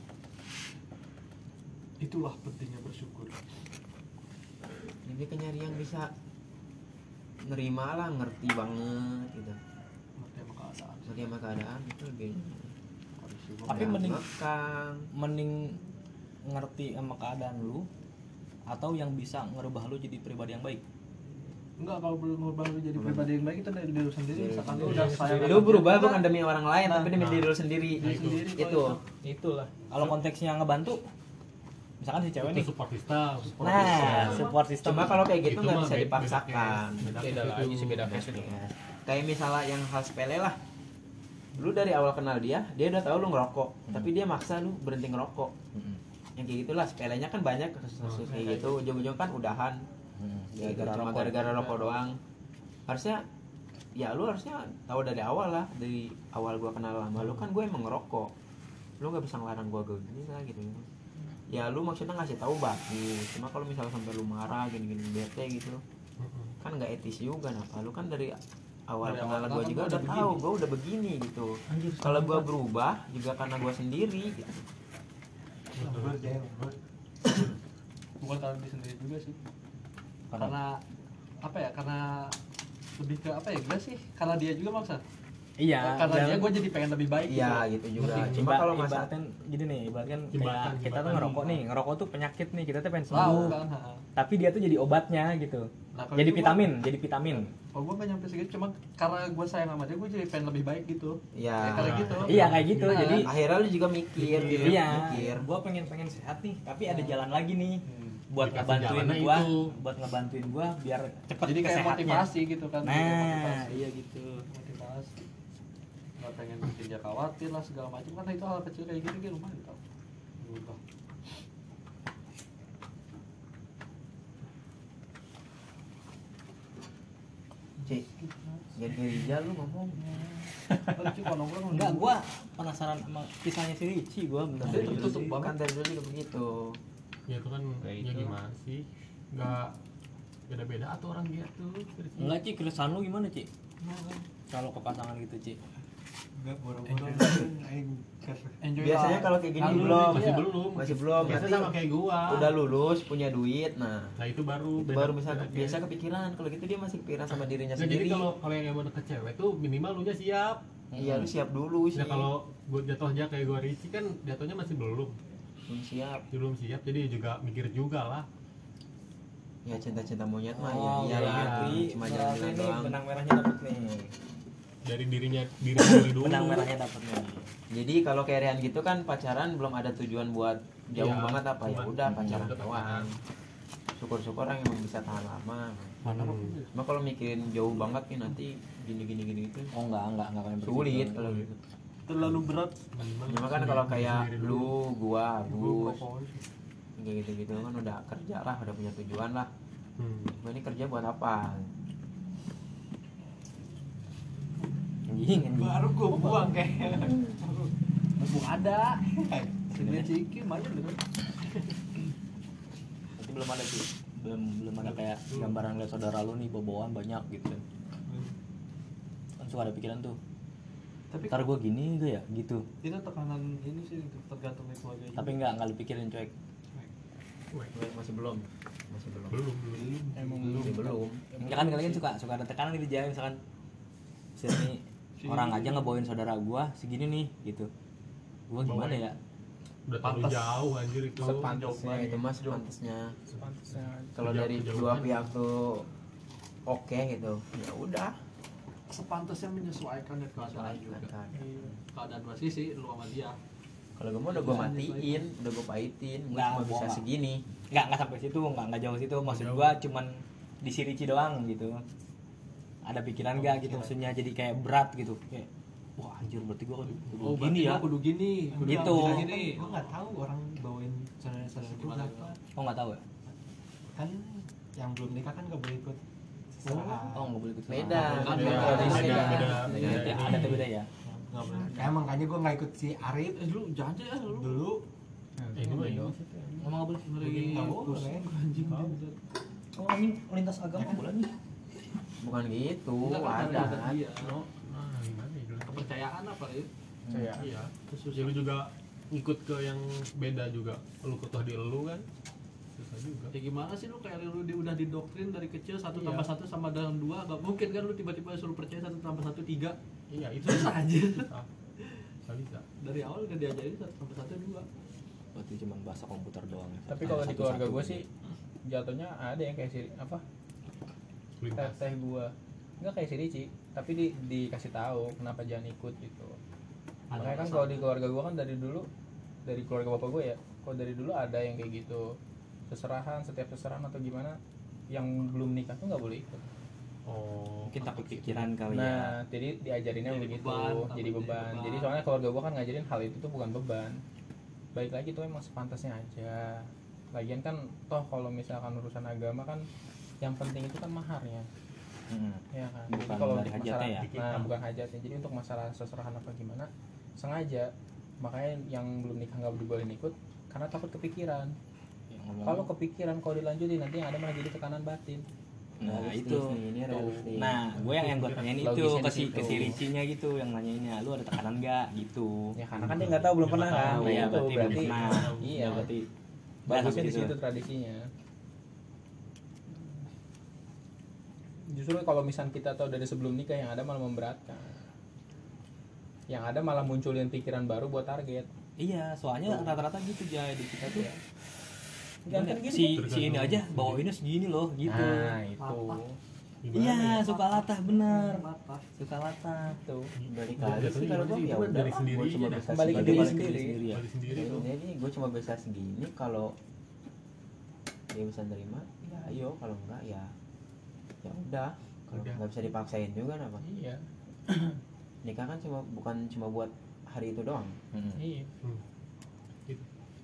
Itulah pentingnya bersyukur. Ini kan nyari yang bisa nerima lah, ngerti banget gitu. Ngerti sama keadaan. Ngerti sama keadaan itu lebih. Harus juga. Tapi Ya, mending- ngekang. Mending ngerti sama keadaan lu atau yang bisa ngerubah lu jadi pribadi yang baik. Enggak, kalau belum berubah lu jadi pribadi yang baik itu dari diri lu sendiri. Diri Misalkan lu sendiri. udah sayang Lu sama berubah dia, bukan demi orang lain, Nah, tapi demi nah. diri lu sendiri. diri sendiri kok Itu. Itulah. Kalau konteksnya ngebantu, misalkan si cewek Itu nih. support system. Nah, support system. Cuma kalau kayak gitu Itu nggak mah bisa beda- dipaksakan. beda case. Beda lagi sih, beda case itu. Kayak misalnya yang hal sepele lah. Lu dari awal kenal dia, dia udah tahu lu ngerokok, Hmm. tapi dia maksa lu berhenti ngerokok. Hmm. Yang kayak gitulah, sepelenya kan banyak kasus-kasus kayak gitu. Ujung-ujung kan udahan. Hmm. Ya, Gara-gara cuma rokok. gara-gara rokok doang. Harusnya ya lu harusnya tahu dari awal lah, dari awal gua kenal sama lu kan gue emang ngerokok. Lu nggak bisa ngelarang gua gue gini lah gitu. Ya lu maksudnya ngasih tahu bagus. Cuma kalau misalnya sampai lu marah gini-gini bete gitu, kan nggak etis juga. Nah, lu kan dari awal Dari kenalan awal gua kenalan juga gua udah udah tahu begini. gua udah begini gitu. Kalau gua berubah juga karena gua sendiri gitu. bukan karena diri sendiri juga sih. Karena- Karena apa ya? Karena lebih ke apa ya? Gue sih karena dia juga maksa. Iya. karena dan- dia gue jadi pengen lebih baik Iya gitu. gitu juga. Iba- Cuma kalau masa ibaratkan gini nih, ibaratkan kayak Jembatan, kita tuh jembatan. ngerokok nih, ngerokok tuh penyakit nih, kita tuh pengen Tahu sembuh. kan? ha. Tapi dia tuh jadi obatnya gitu. Nah, kalau Jadi itu gua- vitamin, jadi vitamin. Kalau gue gak nyampe segitu, cuma karena gue sayang sama dia, gue jadi pengen lebih baik gitu. ya Ya, kayak gitu. Iya kayak gitu. Nah, Jadi akhirnya lu juga mikir gitu. iya, Mikir. gua pengen pengen sehat nih, tapi ada jalan lagi nih buat Dikasih ngebantuin jalannya gua, itu. buat ngebantuin gua biar cepet Jadi kayak kesehatnya. motivasi gitu kan. Kayak Nah, motivasi. iya gitu. Motivasi. Gak pengen bikin dia khawatir lah segala macam, kan itu hal kecil kayak gitu gitu lumayan tau. Berubah. Cik, jangan kayak Rijal lu ngomong. Lucu kalau nongkrong Enggak, gua penasaran sama kisahnya si Ricci, gua bener Dari Tutup- dulu tutup sih, banget. kan dari dulu juga begitu. Ya itu kan Kayak ya itu. gimana sih? Nggak beda-beda atau orang dia tuh. Enggak, Ci, keresahan lu gimana, Ci? Kalau ke pasangan gitu, Ci. Enggak boro-boro aing Enjoy Biasanya lah. kalau kayak gini Kan dulu belum. Masih iya. belum. Masih belum. Biasa Nanti sama kayak gua. udah lulus, punya duit, nah Nah itu baru. itu beda- baru bisa beda biasa case. kepikiran. Kalau gitu dia masih kepikiran sama dirinya Nah, jadi sendiri. kalau kalau yang mau deket cewek tuh minimal lu nya siap. Iya lu siap dulu sih. Ya kalau gua jatuh aja kayak gua Ricci kan jatuhnya masih belum. Belum siap. Belum siap jadi juga mikir juga lah. Ya cinta-cinta monyet mah Oh, ya iyalah. berarti Cuma berarti jalan-jalan nih doang. benang merahnya dapet nih. Dari dirinya diri sendiri dulu. Benang merahnya dapet nih. Jadi kalau kayak Rian gitu kan pacaran belum ada tujuan buat jauh Iya, banget apa ya cuma- udah cuma pacaran udah doang. pacaran. Syukur-syukur orang emang bisa tahan lama. Hmm. Cuma kalau mikirin jauh banget nih nanti gini-gini gini gitu Oh enggak, enggak, enggak kayak begitu. sulit kalau gitu. Terlalu berat. Minimal Cuma kan diri kalau kayak sendiri dulu. lu, gua, Gue Gus, kayak gitu-gitu kan udah kerja lah, udah punya tujuan lah. Hmm. Gua ini kerja buat apa? Anjing, anjing. baru gue buang kayak mumpung ada sebenarnya ciki main dulu. Berarti belum ada sih. Belum belum ada kayak gambaran lihat saudara lu nih boboan banyak gitu. Kan suka ada pikiran tuh. Tapi Ntar gua gini enggak ya gitu. itu tekanan ini sih tergantung dari keluarga juga. Tapi enggak, enggak dipikirin cuek. Weh, Masih belum. Masih belum. belum belum. Emang Masih belum. Ya kan kalian suka suka ada tekanan gitu jalan misalkan sini Si- orang aja ngebawain saudara gua segini nih gitu. Gua gimana Bawain. ya? udah terlalu Pantes. jauh anjir itu. Sepantasnya itu mas pantasnya sepantasnya kalau Jauh- dari jauhan. dua pihak tuh oke gitu ya udah Sepantasnya menyesuaikan dengan keadaan juga. kan. Keadaan dua sisi, lu sama dia. Kalau gue mah udah gue matiin udah gue pahitin gue Nggak, cuma gua bisa nggak. segini nggak nggak sampai situ, nggak nggak jauh situ, maksud Jauh. gua cuman di Sirici doang gitu. Ada pikiran Oh, nggak gitu, pikiran. maksudnya jadi kayak berat gitu, kayak wah anjir berarti gua kudu, kudu Oh, gini ya. gua kudu gini, kudu Gitu. bisa gini. Gue nggak tahu orang bawain saudara-saudara gue Gimana, berapa. Oh nggak tahu ya? Kan yang belum nikah kan nggak boleh ikut seserahan. Oh nggak boleh ikut beda Kan beda, tradisi beda, beda. beda. Beda, ada tuh beda ya. Nggak boleh. Kayak makanya gue nggak ikut si Arif Eh, lu jangan ya lu. dulu. Eh, ini mah ini mah. Emang nggak boleh? Ngeri Nggak boleh. pusing, anjing. Oh anjing lintas agama nggak boleh nih. bukan gitu Enggak, kan ada ada dia. No, nah gimana ya? Glenn? Kepercayaan apa ya? Iya. Iya. Terus ya lu juga ngikut ke yang beda juga. Lu ketuh di elu kan. Susah juga. Ya gimana sih lu kayak lu di, udah didoktrin dari kecil satu Iya. tambah satu sama dengan dua, gak mungkin kan lu tiba-tiba suruh percaya satu tambah satu tiga. Iya, itu Susah aja. susah. Nggak bisa. Dari awal udah diajarin satu tambah satu dua. Berarti cuma bahasa komputer doang. ya. Tapi kalau di Satu-satu keluarga gue gitu. sih jatuhnya ada yang kayak si apa teh Lintas. teh gue nggak kayak si Ricci tapi di dikasih tahu kenapa jangan ikut gitu. Ada Makanya kan alasan. kalau di keluarga gue kan dari dulu dari keluarga bapak gue ya, kalau dari dulu ada yang kayak gitu seserahan setiap seserahan atau gimana yang belum nikah tuh nggak boleh ikut. Oh, Mungkin takut pikiran kali ya. Nah jadi diajarinnya Jadi begitu, beban, jadi takut jadi beban. beban. Jadi soalnya keluarga gue kan ngajarin hal itu tuh bukan beban. Baik lagi tuh emang sepantasnya aja. Lagian kan toh kalau misalkan urusan agama kan yang penting itu kan maharnya. Mm-mm. Ya kan. Bukan Jadi kalau dari untuk hajatnya masalah, ya? nah bukan hajatnya. Jadi untuk masalah seserahan apa gimana sengaja. Makanya yang belum nikah nggak dibolehin ikut karena takut kepikiran. Ya, ngomong- Kalau kepikiran kalau dilanjutin nanti yang ada malah jadi tekanan batin. nah Realistis itu. nih, ini realistis. Nah, gue yang yang gue tanyain itu Logisnya ke di si situ. ke si Ricci-nya gitu, yang nanyainnya, lu ada tekanan nggak gitu. Ya karena kan dia nggak tahu belum Dia pernah nggak kan. tahu. Nah, ya Itu berarti, belum berarti pernah. iya. Ya, berarti Bagusnya di gitu. situ tradisinya. Justru kalau misal kita tahu dari sebelum nikah yang ada malah memberatkan. Yang ada malah munculin pikiran baru buat target. Iya, soalnya rata-rata gitu Jay di kita tuh. Jangan kan gitu. si si ini aja bawainnya segini loh gitu. Nah, itu. Gimana Iya, ya? suka latah bener. Latah. Suka latah. Itu. dari Jatuhnya kali sih kalau gimana gue sih? ya Itu udah dari sendiri gue cuma aja bisa Kembali ke segini. diri Balik ke sendiri. ya. Balik sendiri tuh. Jadi gue cuma bisa segini kalau dia bisa nerima ya ayo kalau enggak ya ya udah kalau Udah. nggak bisa dipaksain juga apa Iya. nikah kan cuma bukan cuma buat hari itu doang Mm-mm. Iya. Hmm. Gitu.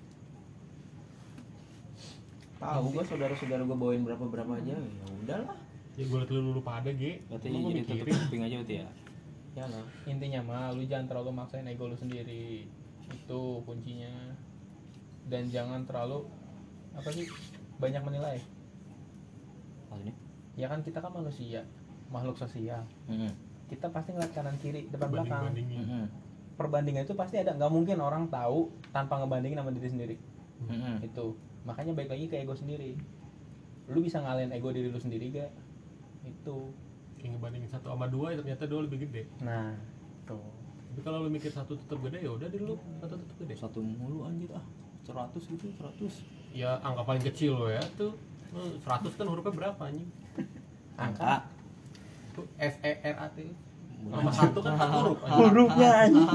tahu gue saudara-saudara gue bawain berapa berapa aja ya udahlah Ya gue liat lu lupa ada, Ge. Berarti Lu gua jadi tutup mikirin. kuping aja berarti ya. ya lah Intinya mah lu jangan terlalu maksain ego lu sendiri. Itu kuncinya. Dan jangan terlalu apa sih? Banyak menilai. Maksudnya? Ya kan kita kan manusia, makhluk sosial. Mm-mm. Kita pasti ngeliat kanan kiri, depan belakang. Banding-bandingin. Mm-mm. Perbandingan itu pasti ada. Nggak mungkin orang tahu tanpa ngebandingin sama diri sendiri. Mm-mm. Itu. Makanya balik lagi ke ego sendiri. Lu bisa ngalahin ego diri lu sendiri gak? Itu. Kayak ngebandingin satu sama dua, ya ternyata dua lebih gede. Nah, tuh. Tapi kalau lu mikir satu tetap gede, ya udah deh lu satu tetap gede. Satu mulu anjir ah. seratus gitu, seratus. Ya angka paling kecil lo ya tuh. Lu seratus kan hurufnya berapa anjing? Angka. Tuh F E R A T. Nomor satu kan empat huruf. anjing. Hurufnya anjing.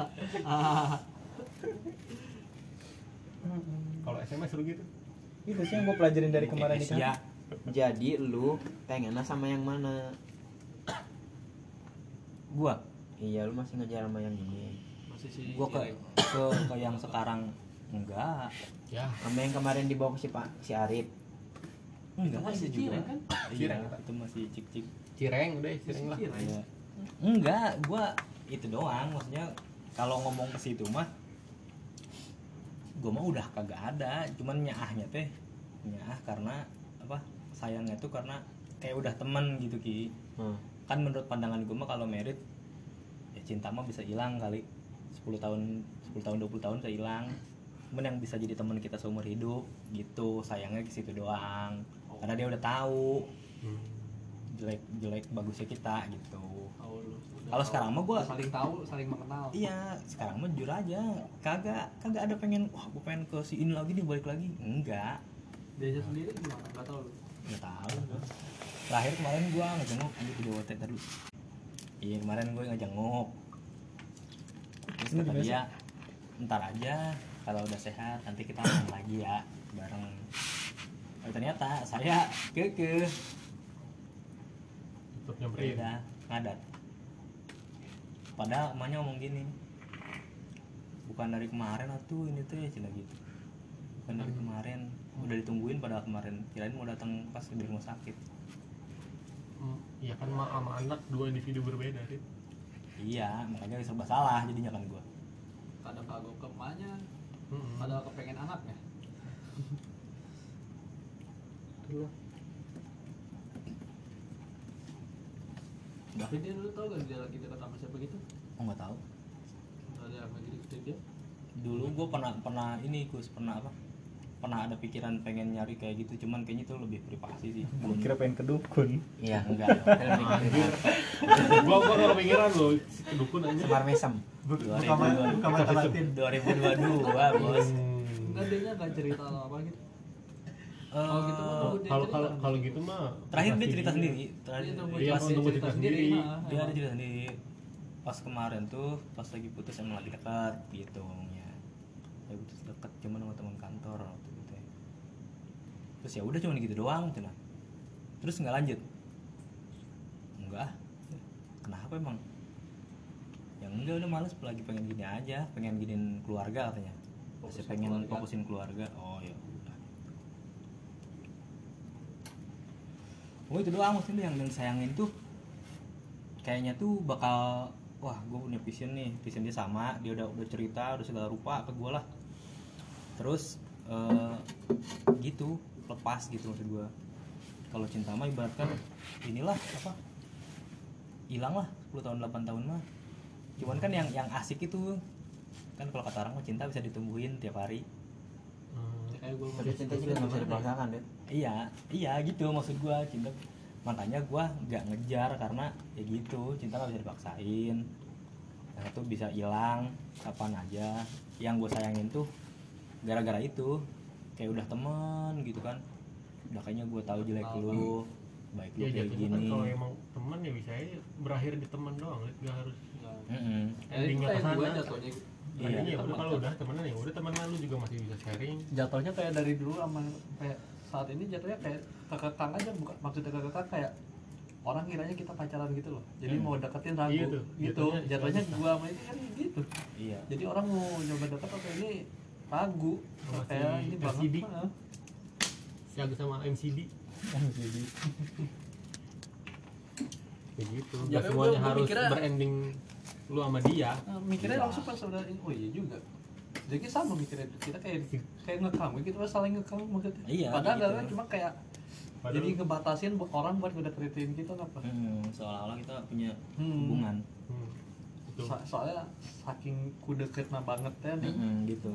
Kalau S M S seru gitu. Itu sih yang gue pelajarin dari kemarin di Ya. jadi lu pengennya sama yang mana Gua, iya lu masih ngejar sama yang ini Masih si gua ke Cireng. ke, ke yang sekarang enggak. Ya, sama yang kemarin dibawa ke si Pak si Arif Enggak Itu masih sih juga. Cireng kan? Iya, Cireng, Pak. itu masih cik-cik. cireng udah, cireng lah. Cireng. Iya. Enggak, gua itu doang. Maksudnya kalau ngomong ke situ mah gua mah udah kagak ada, cuman nyaahnya teh nyaah karena apa? Sayangnya tuh karena kayak udah temen gitu Ki. hmm. Kan menurut pandangan gua mah kalau merit ya cinta mah bisa hilang kali. sepuluh tahun, sepuluh tahun, dua puluh tahun bisa hilang. Cuman yang bisa jadi teman kita seumur hidup gitu. Sayangnya ke situ doang. Karena dia udah tahu. Hmm. Itu jelek jelek bagusnya kita gitu. Tahu lu. Udah Kalau tahu. sekarang mah gua- Udah saling tahu, saling mengenal. Iya, sekarang mah jujur aja, kagak kagak ada pengen wah gue pengen ke si ini lagi nih balik lagi, enggak, Dia aja sendiri gimana? Enggak tahu lu. nggak tahu gua. Terakhir kemarin gua ngejenguk anjir video W T tadi. Iya kemarin gue ngejenguk. Terus Ini kata gimana dia, ntar aja kalau udah sehat nanti kita main lagi ya bareng. Oh, ternyata saya keke Tetap nyamperin. udah ngadat. Padahal emaknya ngomong gini, bukan dari kemarin atuh ini tuh ya cina gitu. Bukan dari kemarin, udah ditungguin padahal kemarin kirain mau datang pas di rumah sakit. Hmm, iya kan ma sama anak dua individu berbeda sih. Iya, makanya serba salah jadinya kan gua. Kadang kagok ke emaknya, Hmm. padahal kepengen anaknya. Itulah. Tapi dia dulu tau gak dia lagi dekat sama siapa gitu? Oh nggak tahu. Udah ada yang lagi deketin dia. Dulu gua pernah pernah ini Gus pernah apa? Pernah ada pikiran pengen nyari kayak gitu, cuman kayaknya itu lebih privasi sih. Belum. Kira pengen ke dukun. Iya enggak. Lebih ke privasi. gua gua gak kepikiran lo kedukun aja. Semar mesem. Buka mata, buka mata batin. dua ribu dua puluh dua bos. Hmm. Enggak, dia nya enggak cerita atau apa gitu. Kalau gitu mah Eh, tunggu dia Kalau cerita kalau kan. kalau gitu mah terakhir dia pasti cerita dia. sendiri. Terakhir Iya, tunggu Iya, pas kalau dia tunggu cerita cerita sendiri. sendiri. nah, Dia ada emang. cerita sendiri. Pas kemarin tuh pas lagi putus emang lagi dekat gitu ngomongnya. Ya putus dekat cuman sama teman kantor waktu itu ya. Terus ya udah cuman gitu doang cina. Terus nggak lanjut. Enggak. Kenapa emang? Yang enggak udah males lagi pengen gini aja, pengen giniin keluarga katanya. Masih Fokusin pengen keluarga. fokusin keluarga. Oh ya udah. Oh itu doang maksudnya yang yang sayangin tuh kayaknya tuh bakal wah gue punya vision nih, vision dia sama, dia udah udah cerita udah segala rupa ke gue lah. Terus eh, gitu lepas gitu maksud gue. Kalau cinta mah ibaratkan inilah apa hilang lah sepuluh tahun delapan tahun mah. Cuman kan yang yang asik itu kan kalau kata orang mah cinta bisa ditumbuhin tiap hari. Hmm. Ya, kayak gue Tapi cinta juga nggak bisa dipaksakan deh. Iya, iya gitu maksud gua cinta. Makanya gua nggak ngejar karena ya gitu, cinta nggak bisa dipaksain. Nah, itu bisa hilang kapan aja. Yang gua sayangin tuh gara-gara itu kayak udah temen gitu kan. Udah kayaknya gua tahu jelek lu, baik lu Ya kayak jatuhnya kan gini. kalau emang teman ya bisa aja berakhir di teman doang, nggak harus Mm-mm. Ya, itu endingnya kayak kesana. gue jatuhnya. Iya, Akhirnya ya teman. udah kalau udah temenan ya udah temenan lu juga masih bisa sharing. Jatuhnya kayak dari dulu sama kayak saat ini jatuhnya kayak kekekang aja, bukan maksudnya kekekang kayak orang kiranya kita pacaran gitu loh. Jadi Hmm. mau deketin ragu Iya tuh, gitu. jatuhnya Jatuhnya susah. gua sama ini kan gitu. Iya. Jadi orang mau nyoba deket atau ini ragu. Masih Kayak ini L C D. banget. Heeh. Siaga sama M C D. Kayak gitu. Ya, Gak gua- semuanya gua harus mikirnya- berending lu sama dia. Nah, mikirnya Iya. langsung pas udah oh iya juga. Jadi sama mikirnya kita kayak kayak ngekang gitu, saling ngekang maksudnya. Iya, Padahal gitu. kan cuma kayak Padahal- jadi ngebatasin bu- orang buat udah kritiin kita apa? Mm, seolah-olah kita punya Hmm. hubungan. Hmm. Itu. So- soalnya saking ku deketna banget ya nih. Mm-mm, gitu.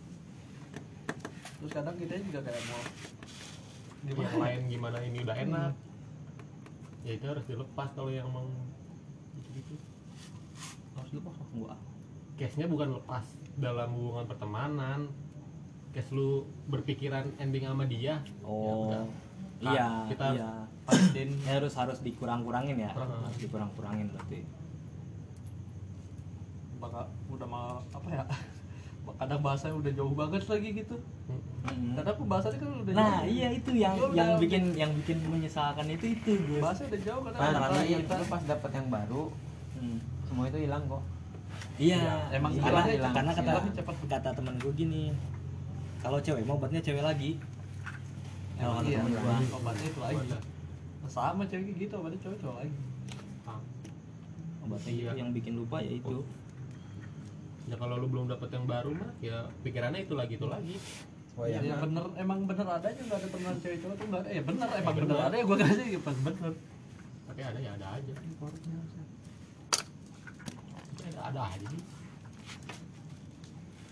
Terus kadang kita juga kayak mau Yang gimana? lain gimana ini udah enak. Ya itu harus dilepas kalau yang mau gitu-gitu. Harus lupa gua. Case-nya bukan lepas dalam hubungan pertemanan. Case lu berpikiran ending sama dia. Oh. udah. Iya, Nah, kita iya. Pastiin Ya, harus harus dikurang-kurangin ya. Kurang. Harus dikurang-kurangin berarti. bakal udah mau apa ya? Kadang bahasanya udah jauh banget lagi gitu. Mm-mm. Kadang pembahasannya kan udah Nah, jauh. iya itu yang Ya udah, yang bikin yang bikin menyesalkan itu itu, Gus. bahasanya udah jauh kadang. Nah, antara tapi kita lu pas dapet yang baru, Hmm. semua itu hilang kok. Iya, Iya, emang karena, hilangnya hilang. karena kata hilangnya cepat. kata temen gue gini, kalau cewek mau obatnya cewek lagi. Kalau kata Iya, temen gua, obatnya itu lagi. Obatnya. Sama cewek gitu, obatnya cowok cowok lagi. obatnya Iya. itu yang bikin lupa ya itu. Ya kalau lu belum dapet yang baru mah ya pikirannya itu lagi itu lagi. Oh Ya, iya. bener, emang bener adanya nggak ada pernah cewek cowok tuh nggak ada. Ya bener, emang bener, bener. ada ya gue kasih ya pas bener. Tapi ada ya ada aja. Tapi ada ada aja sih.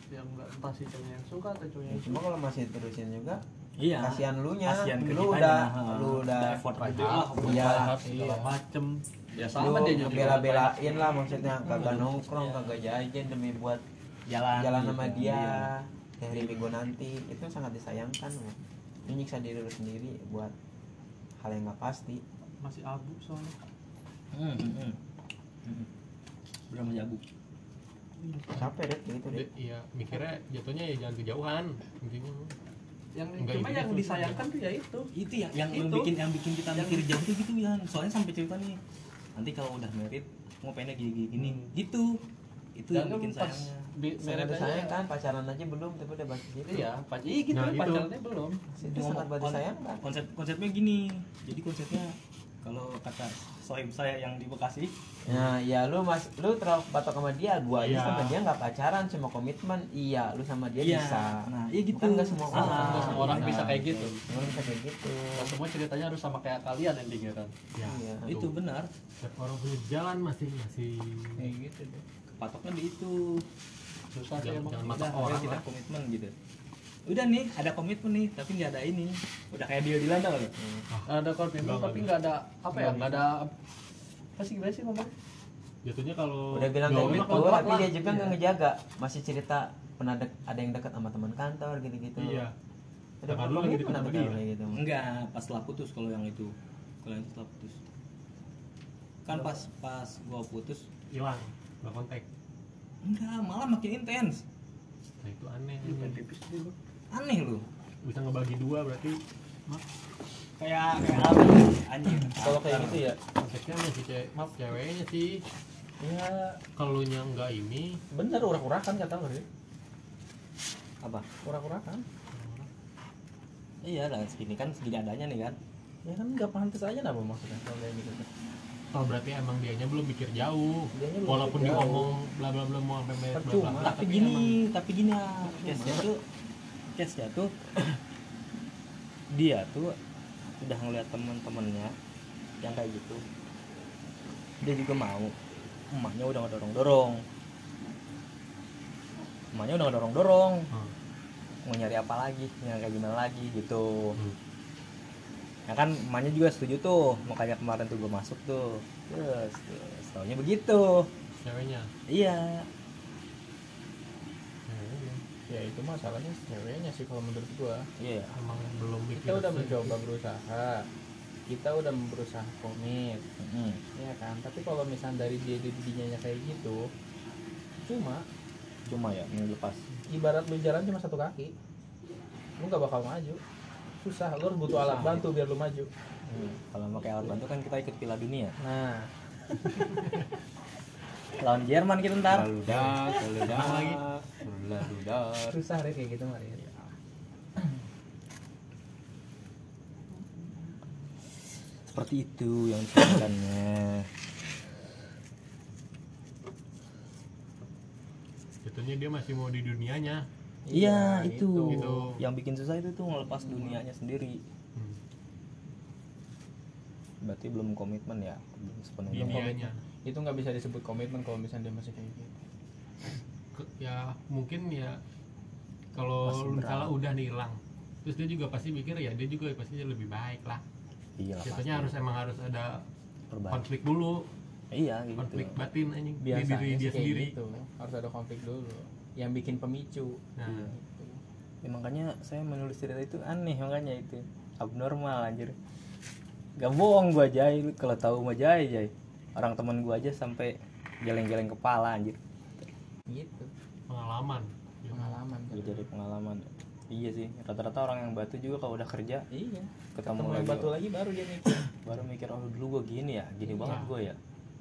yang nggak entah si cowoknya yang suka atau cowoknya Ya, yang cuma suka. kalau masih terusin juga Iya. kasihan lu nya, Kasihan ke lu kitanya, udah ha. lu udah effort Gede gede lah, lah. buat Iya. curhat segala Iya. macem. Ya lu sama dia jadi bela-belain lah maksudnya, kagak nongkrong, kagak jajan demi buat Jalan. jalan gitu. sama dia Iya. dari minggu nanti. Itu sangat disayangkan loh. Lu nyiksa diri lu sendiri buat hal yang nggak pasti. masih abu soalnya. Hmm, hmm, hmm. Hmm. Udah menjabu. Capek deh kayak gitu deh. Dia- iya mikirnya jatuhnya ya jangan kejauhan intinya. Yang Enggak, cuma ini yang tuh. disayangkan tuh ya itu. Itu ya yang Itu. bikin yang bikin kita Yang- mikir jauh tuh gitu ya. Soalnya sampai cerita nih. Nanti kalau udah married mau pengennya gini gini, gini. Hmm. gitu. Itu yang Jangan bikin pas sayangnya. bi- Sangat merit aja. disayangkan, pacaran aja belum tapi udah bahas gitu. Iya, pas iya gitu Nah, itu. pacarnya belum. Itu sangat Kon- disayangkan. konsep konsepnya gini. Jadi konsepnya kalau kata sohib saya yang di Bekasi, Nah, ya lu mas, lu terlalu batok sama dia, gua aja Iya. sama dia nggak pacaran, cuma komitmen. Iya, lu sama dia Iya. bisa. Nah, iya gitu. Bukan nggak semua Ah, orang. nggak semua orang bisa kayak gitu. Semua orang bisa kayak gitu. Nah, semua ceritanya harus sama kayak kalian endingnya kan. Ya, Iya. itu benar. setiap orang punya jalan masih masih Kayak gitu deh. Patoknya di itu. Susah sih Jangan- emang. jangan Udah, matok ayo orang kita lah. komitmen gitu. Udah nih, ada komitmen nih, tapi nggak ada ini. Udah kayak dia Dilan tau nggak? Ada komitmen Nggak, tapi nggak nggak ada apa ya? Nggak ada apa sih gimana sih ngomongnya? jatuhnya kalau Udah bilang jauh kayak mah gitu, kalau- tapi dia juga Iya. nggak ngejaga. Masih cerita pernah dek- ada yang dekat sama teman kantor gitu-gitu. iya Udah Nah, lu lagi berkomitmen deket sama sama dia dia? kayak gitu. Enggak, pas setelah putus kalau yang itu. Kalau yang itu setelah putus. Kan pas pas gua putus, hilang nggak kontak. enggak, malah makin intens. Nah itu aneh. Main tipis dulu. Aneh lu. Bisa ngebagi dua berarti Kayak kayak apa? Anjing. Kalau kayak gitu ya, konteksnya masih cewek, maaf ceweknya sih. ya Kalau nya nggak ini, bener urak-urakan kata lu sih. Apa? Urak-urakan. Iya, lah segini kan segini adanya nih kan. Ya kan nggak pantas aja apa maksudnya kalau kayak gitu. oh berarti emang dianya belum mikir jauh. Dianya belum Walaupun mikir dia jauh. ngomong bla bla bla mau sampai merit bla bla Percuma. bla. Tapi gini, tapi gini ya, case-nya tuh case-nya tuh dia tuh udah ngeliat temen-temennya yang kayak gitu. Dia juga mau. Emaknya udah ngedorong-dorong. Emaknya udah ngedorong-dorong. Hmm. Mau nyari apa lagi, yang kayak gimana lagi gitu. Hmm. Ya kan emaknya juga setuju tuh, makanya kemarin tuh gue masuk tuh. Terus, terus taunya begitu. Ceweknya. Iya. Ceweknya. Ya itu masalahnya ceweknya sih kalau menurut gua. Iya. Emang belum mikir. Kita udah segitu. mencoba berusaha, kita udah berusaha komit, Mm. ya kan. Tapi kalau misalnya dari dia didinya kayak gitu, cuma Cuma ya, ini lepas. ibarat lu jalan cuma satu kaki, lu nggak bakal maju. Susah, lu harus butuh alat Susah, bantu biar lu maju. Hmm. Kalau pakai alat bantu kan kita ikut Piala Dunia. Nah, Lawan Jerman kita ntar. Ludak, ludak, Menang lagi. ludak. susah deh kayak gitu Maria. Seperti itu yang disampaikannya. Jatuhnya dia masih mau di dunianya. Iya, Iya, itu. Gitu. Yang bikin susah itu tuh ngelepas dunianya sendiri. Hmm. Berarti belum komitmen ya, belum sepenuhnya. Dunianya. Itu nggak bisa disebut komitmen kalau misalnya dia masih kayak gitu. Ke- ya mungkin ya kalau Masih lu misalnya berat. udah nih hilang, terus dia juga pasti mikir ya dia juga pasti lebih baik lah. Iya lah. Jatuhnya harus emang harus ada Perubahan. konflik dulu, Iya gitu. konflik batin anjing di Biasanya diri sih dia kayak sendiri. gitu. Harus ada konflik dulu. Yang bikin pemicu. Nah, Gitu. Ya, makanya saya menulis cerita itu aneh makanya itu abnormal anjir. Gak bohong gua Jay, lu kalau tahu mah Jay Jay. Orang temen gua aja sampai geleng-geleng kepala anjir. Gitu. pengalaman. Pengalaman. Gue jadi pengalaman. Iya sih, rata-rata orang yang batu juga kalau udah kerja Iya. ketemu Ketemu yang lagi batu lagi baru dia mikir. baru mikir oh dulu gua gini ya, gini Iya. banget gua ya.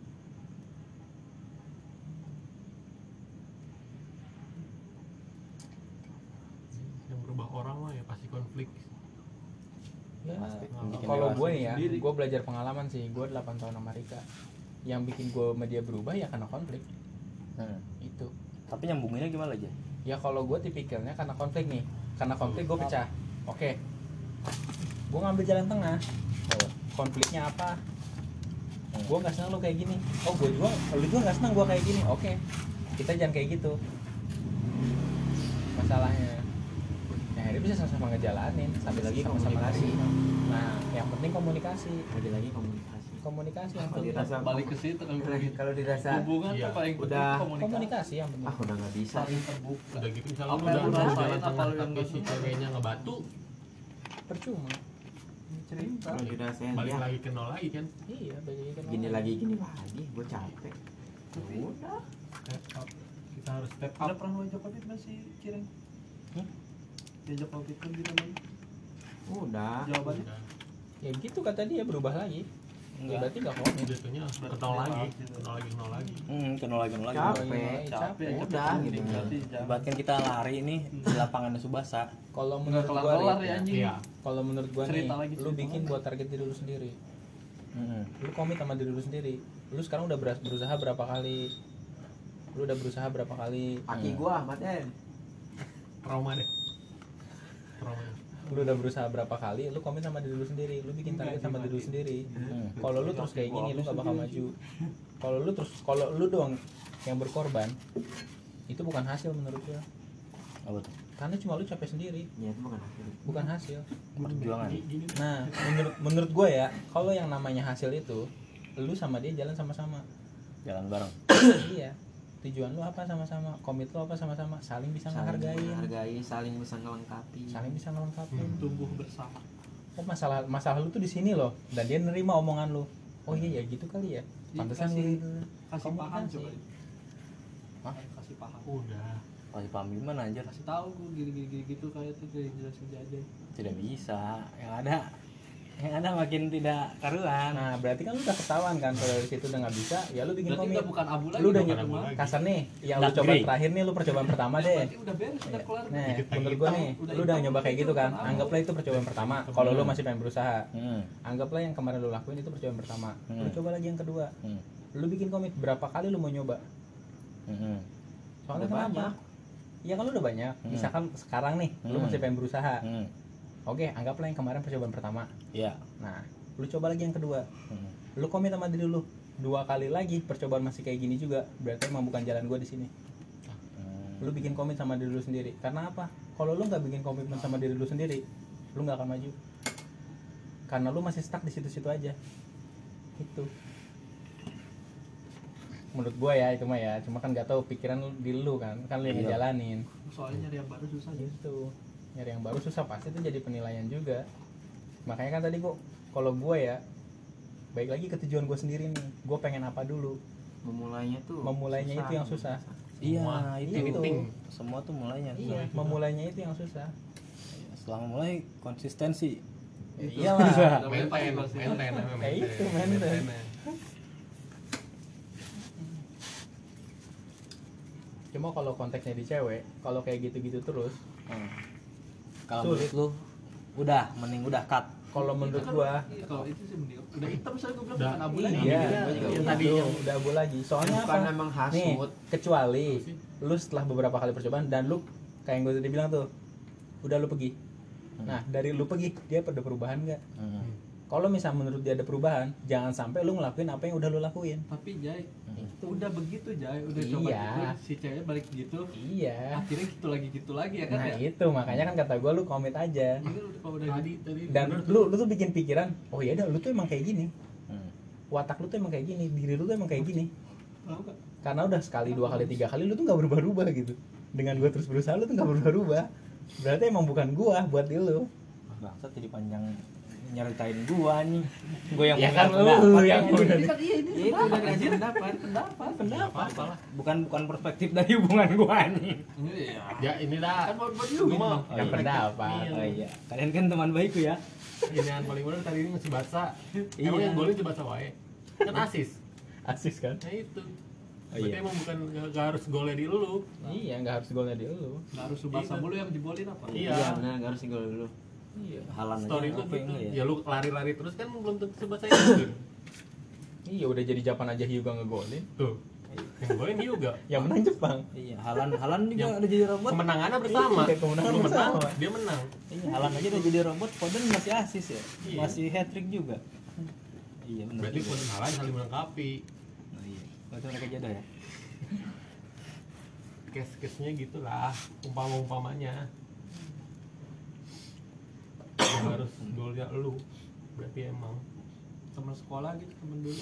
Yang berubah orang mah ya pasti konflik. Ya, Pasti. Nah, Bikin kalau dewasa gue ya, sendiri. gue belajar pengalaman sih. Gue delapan tahun Amerika. Yang bikin gue sama dia berubah ya karena konflik. Hmm. Itu. Tapi nyambunginnya gimana aja? Ya kalau gue tipikalnya karena konflik nih. Karena konflik gue pecah. Oke. Gue ngambil jalan tengah. Oh. Konfliknya apa? Hmm. Gue nggak senang lo kayak gini. Oh gue juga, lo juga nggak senang gue kayak gini. Oke. Kita jangan kayak gitu. masalahnya. Nah, akhirnya bisa sama-sama ngejalanin sampai Lagi sama-sama komunikasi. nerima. Nah, yang penting komunikasi. lagi-lagi komunikasi. Komunikasi yang Kalau penting. dirasa Balik ke situ kalau Lagi- kalau dirasa hubungan Iya. tuh paling penting Udah. komunikasi. Komunikasi yang penting. ah udah nggak bisa Saling terbuka. Udah gitu misalnya Apa lu yang udah lu mau rasain, jalan apa tengah lu yang tapi si rasain? ceweknya ngebatu, Percuma. Cerita. kalau dirasa balik ya lagi ke nol lagi kan. Iya, bagi kan. gini lagi gini lagi gue capek. Udah. Step up. Kita harus step Udah up. pernah lu ajak komitmen si Cireng? Hmm? Diajak komitmen gitu lagi? Udah. Jawabannya? Udah. Ya gitu kata dia berubah lagi. Ya Enggak. berarti enggak komit. Jatuhnya ke nol lagi, ke nol lagi, ke nol lagi. Hmm, kenal lagi, kenal lagi. Capek. Capek, Udah, capek, gitu. berarti jangan. Ibaratkan kita lari nih di lapangan Tsubasa. Kalau Nggak menurut gua kelar-kelar Rit, ya anjing. Iya. kalau menurut gua nih, Cerita lagi, lu cerita bikin lagi. buat target diri lu sendiri. Hmm. Lu komit sama diri lu sendiri. Lu sekarang udah beras- berusaha berapa kali? Lu udah berusaha berapa kali? Kaki Hmm. gua Ahmad En. Trauma deh. Trauma. Lu udah berusaha berapa kali? Lu komit sama diri lu sendiri. Lu bikin target sama diri lu sendiri. Hmm. Kalau lu terus kayak gini, lu gak bakal maju. Kalau lu terus, kalau lu doang yang berkorban, itu bukan hasil menurut gua. Apa tuh? Karena cuma lu capek sendiri, Ya itu bukan hasil. bukan hasil. Perjuangan. Gini, gini. Nah, menurut menurut gue ya, kalau yang namanya hasil itu, lu sama dia jalan sama-sama. Jalan bareng. Iya. Tujuan lu apa sama-sama, komit lu apa sama-sama, saling bisa Saling ngehargain, menghargai, saling bisa ngelengkapi. saling bisa ngelengkapin. Hmm. Tumbuh bersama. Oh masalah masalah lu tuh di sini loh, dan dia nerima omongan lu. Oh iya ya gitu kali ya. Pantesan Kasih- gitu. Kasih paham Komunikasi. coba. Hah? Kasih paham. Udah. Kasih paham gimana anjir? Kasih tahu gua gini-gini gitu kayak tuh kayak jelasin aja. Tidak bisa. Yang ada yang ada makin tidak karuan. Nah berarti kan lu udah ketahuan kan kalau dari situ udah nggak bisa, ya lu bikin Berarti komit. udah bukan abu lagi. Lu udah dong, bukan nyoba abu lagi. kasar nih, yang lu Dark coba grey. terakhir nih, lu percobaan pertama deh. Berarti udah beres, udah kelar. Nah, Dikit lagi menurut gua hitam, nih, udah lu udah hitam, nyoba kayak gitu kan. itu Anggaplah itu percobaan pertama. Kalau lu masih pengen berusaha, Hmm. anggaplah yang kemarin lu lakuin itu percobaan pertama. Lu Hmm. coba lagi yang kedua. Hmm. Lu bikin komit berapa kali lu mau nyoba? Hmm. Soalnya Udah kenapa? banyak. Iya kan lu udah banyak. Hmm. Misalkan sekarang nih, lu Hmm. masih pengen berusaha. Hmm. Oke, anggaplah yang kemarin percobaan pertama. Iya. Nah, lu coba lagi yang kedua. Hmm. Lu komit sama diri lu. Dua kali lagi percobaan masih kayak gini juga. Berarti emang bukan jalan gua di sini. Hmm. Lu bikin komit sama diri lu sendiri. Karena apa? Kalau lu nggak bikin komitmen sama diri lu sendiri, lu nggak akan maju. Karena lu masih stuck di situ-situ aja. Itu. Menurut gua ya itu mah ya. Cuma kan nggak tahu pikiran lu di lu kan. Kan lu yang Iya. ngejalanin. Soalnya nyari yang baru susah ya. Gitu. Nyari yang baru susah, pasti itu jadi penilaian juga. Makanya kan tadi gua, kalau gua ya, baik lagi ke tujuan gua sendiri nih. Gua pengen apa dulu. Memulainya tuh. Memulainya itu yang susah. Iya, Semua itu. itu. Semua tuh mulainya. Iya, memulainya itu yang susah. Setelah memulai konsistensi. Ya iyalah. Maintain, maintain, Kayak itu, maintain. Cuma kalau konteksnya di cewek, kalau kayak gitu-gitu terus, Hmm. Kalau Sulit. menurut lu udah mending udah cut. kalau menurut Itu kan- gua, iya, kalau itu sih mending udah hitam saya gua bilang Udah. bukan abu iya, lagi. gua juga iya, gitu. tadi udah abu lagi. Soalnya Bukan apa? emang Nih, hasut. kecuali lu setelah beberapa kali percobaan dan lu kayak yang gue tadi bilang tuh, udah lu pergi. Nah, dari lu pergi, dia ada perubahan nggak? Hmm. Kalau misal menurut dia ada perubahan, jangan sampai lu ngelakuin apa yang udah lu lakuin. Tapi Jai, Itu. udah begitu Jai, udah coba Iya. gitu, si cewek balik gitu, Iya. akhirnya gitu lagi gitu lagi ya kan Nah ya? itu makanya kan kata gue lu komit aja. Ini udah kalau udah Tadi, tadi. Dan bener tuh. lu lu tuh bikin pikiran, oh iya dah lu tuh emang kayak gini. Hmm. Watak lu tuh emang kayak gini, diri lu tuh emang kayak gini. tahu nggak? Karena udah sekali, dua kali, tiga kali lu tuh nggak berubah-ubah gitu. Dengan gua terus berusaha lu tuh nggak berubah-ubah. Berarti emang bukan gua buat diri lu. Bangsat jadi panjang nyeritain gua nih. Gua yang Ya punya kan lu pendapat yang ya. udah Ini kan iya ini Itu udah dikasih pendapat. pendapat. pendapat apalah. Bukan bukan perspektif dari hubungan gua nih. Iya. Ya ini dah. Kan buat buat lu Gua gitu. mau Oh, yang iya. pendapat. Oh iya. Kalian kan teman baikku ya. Ini yang paling bener tadi ini masih basah. Iya. Emang yang golin coba wae. Kan asis. Asis kan? Nah itu. Oh, Berarti iya. emang bukan gak, gak harus golnya di lu. Iya, nggak harus golnya di lu. Nggak harus lu basah Iya. mulu yang jebolin apa? Iya. Iya benar, nggak harus single dulu. Iya. Halan aja Story itu apa gitu. enggak Ya lu lari-lari terus kan belum tentu sebasah itu. Iya udah jadi Japan aja Hyuga ngegolin. Tuh. Yang golin juga. Yang menang Jepang. Iya, Halan Halan juga Yang- udah jadi robot. Kemenangannya bersama. Iya, kemenangan Lu menang, bersama. dia menang. Iya, Halan aja udah jadi robot, Foden masih asis ya. Iya. Masih hat trick juga. Iya, benar. Berarti juga. pun salah saling melengkapi. Oh, iya. Berarti mereka jodoh ya. case-case-nya gitulah, umpama-umpamanya. Yang harus goalnya lu. Berarti emang Teman sekolah gitu, teman dulu.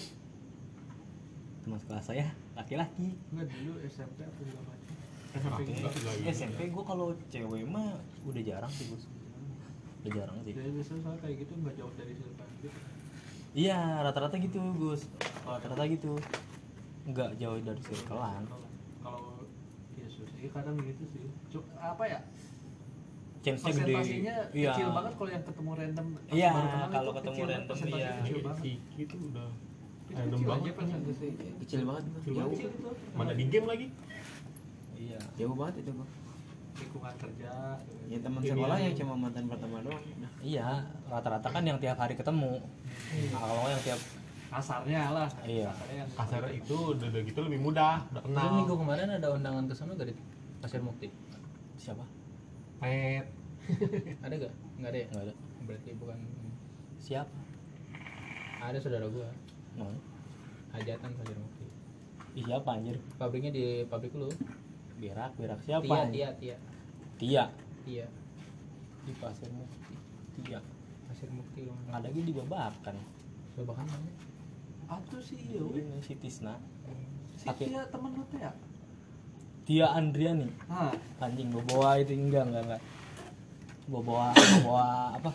Teman sekolah saya laki-laki. Enggak dulu S M P atau segala macam. S M P Enggak, gitu. enggak, enggak, S M P gue kalau cewek mah udah jarang sih bos. Udah jarang sih. Jadi biasanya soal kayak gitu nggak jauh dari silpan gitu. Iya rata-rata gitu Gus. Rata-rata gitu. Nggak jauh dari circlean. Kalau kalau ya sih kadang gitu sih. Cuk, apa ya? Chance-nya gede. Persentasinya Iya. kecil banget kalau yang ketemu random. pas Iya, baru kenal kalau itu ketemu kecil banget, random, persentasenya iya. kecil banget. si itu udah Itu random kecil banget aja persentasenya. Kecil banget gua. Kecil Jauh. Kecil itu. mana di game lagi. Iya. Jauh banget itu gua. Lingkungan kerja. Ya teman Ini sekolah yang- yang cuma mantan pertama doang. Udah. Iya, rata-rata kan yang tiap hari ketemu. Nah, kalau nggak yang tiap Kasarnya lah. Iya. Kasarnya yang- Kasar itu udah, udah gitu lebih mudah, udah kenal. Tapi minggu kemarin ada undangan ke sana dari Pasir Mukti. siapa? Pet. Ada gak? Nggak ada ya? Nggak ada. Berarti bukan. Siapa? Ada saudara gua. Nah, Hajatan Pasir Mukti. ih, siapa anjir? Pabriknya di pabrik lu. Berak, berak siapa? Tia, anjir? Tia, Tia. Tia. Tia. Di Pasir Mukti. Tia. Pasir Mukti. Ada lagi di Babakan. Babakan namanya. Atuh sih ya weh. Ini si Tisna. Si Tapi- dia temen lu tuh ya? Tia Andriani. Nah, Anjing bawa itu enggak enggak enggak. Bawa bawa apa?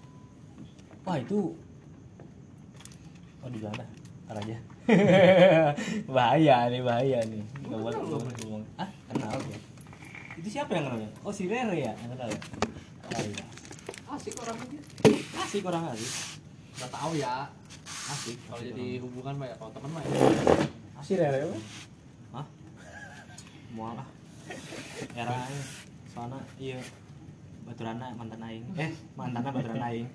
Wah itu. Oh di mana? Ntar aja. bahaya nih bahaya nih. Nggak boleh ngomong. Ah kenal ya. Itu siapa yang kenalnya? Oh si Rere ya yang kenal ya. Oh iya. asik orang aja. Asik orang asik. Gak tahu ya. Asik. Kalau asik jadi orang. hubungan mah ya, kalau teman mah ya. Asik Rere apa? Hah? Mual ah. Era aing. Soalnya iya baturana mantan aing. Eh mantanna baturana aing.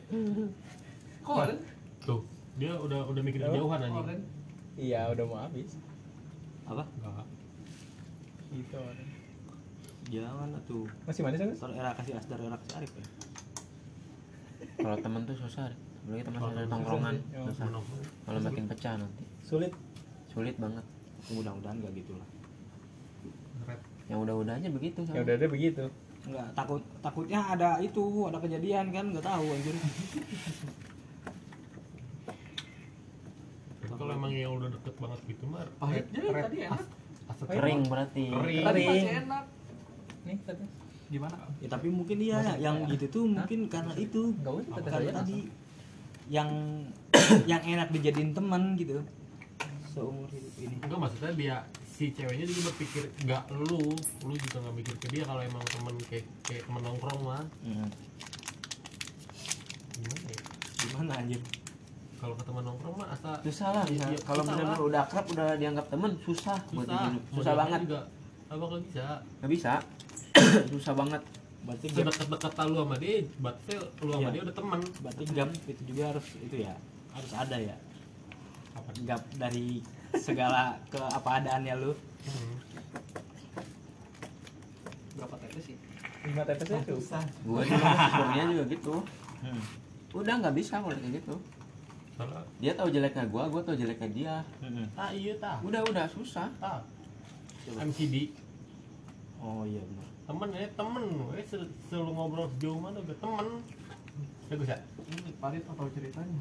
Koren? Tuh, dia udah udah mikir kejauhan anjing. Koren? Iya, udah mau habis. Apa? Enggak. Gitu. Jangan tuh. Masih manis kan? Soal era kasih Asdar era kasih Arif ya. Kalau teman tuh susah deh. Apalagi teman Kalau ada teman tongkrongan susah sih. susah. Menong- Malah makin pecah nanti. Sulit. Sulit banget. Mudah-mudahan gak gitu lah. Red. Yang udah-udah aja begitu. Ya udah ada begitu. Enggak, takut takutnya ada itu, ada kejadian kan enggak tahu anjir. Tapi kalau emang yang udah deket banget gitu mah Pahit red- jadi red tadi enak. as- asap Kering berarti. Kering. Tadi Kering. masih enak. Nih, tadi. Gimana? Ya tapi mungkin dia yang gitu tuh mungkin karena itu Enggak usah tetes karena aja. tadi yang yang enak dijadiin teman gitu. Seumur hidup ini. Enggak, maksudnya dia si ceweknya juga berpikir nggak lu lu juga nggak mikir ke dia kalau emang temen kayak kayak temen nongkrong mah Hmm. gimana ya Gimana anjir? kalau ke temen nongkrong mah asa Susah lah bisa. Iya, Kalau susah benar-benar lah. udah akrab udah dianggap temen susah buat susah dihidup. Mau Susah diapain banget. juga apa bakal bisa Nggak bisa. Susah banget. Berarti gap, sedekat-dekat lu sama dia berarti lu sama Iya. dia udah temen berarti gap itu juga harus itu ya. Harus ada ya. apa Gap dari segala ke apa adaannya lu. hmm. Berapa tetes sih? Lima tetesnya susah. Gue juga sebenarnya juga gitu. Hmm. Udah nggak bisa kalau kayak gitu. Soalnya, Dia tahu jeleknya gue, gue tahu jeleknya dia. Hmm. ah iya tah Udah udah susah. tah M C D Oh iya benar. temen ya temen eh sel- selalu ngobrol sejauh mana udah temen bagus ya Ini Parit apa ceritanya?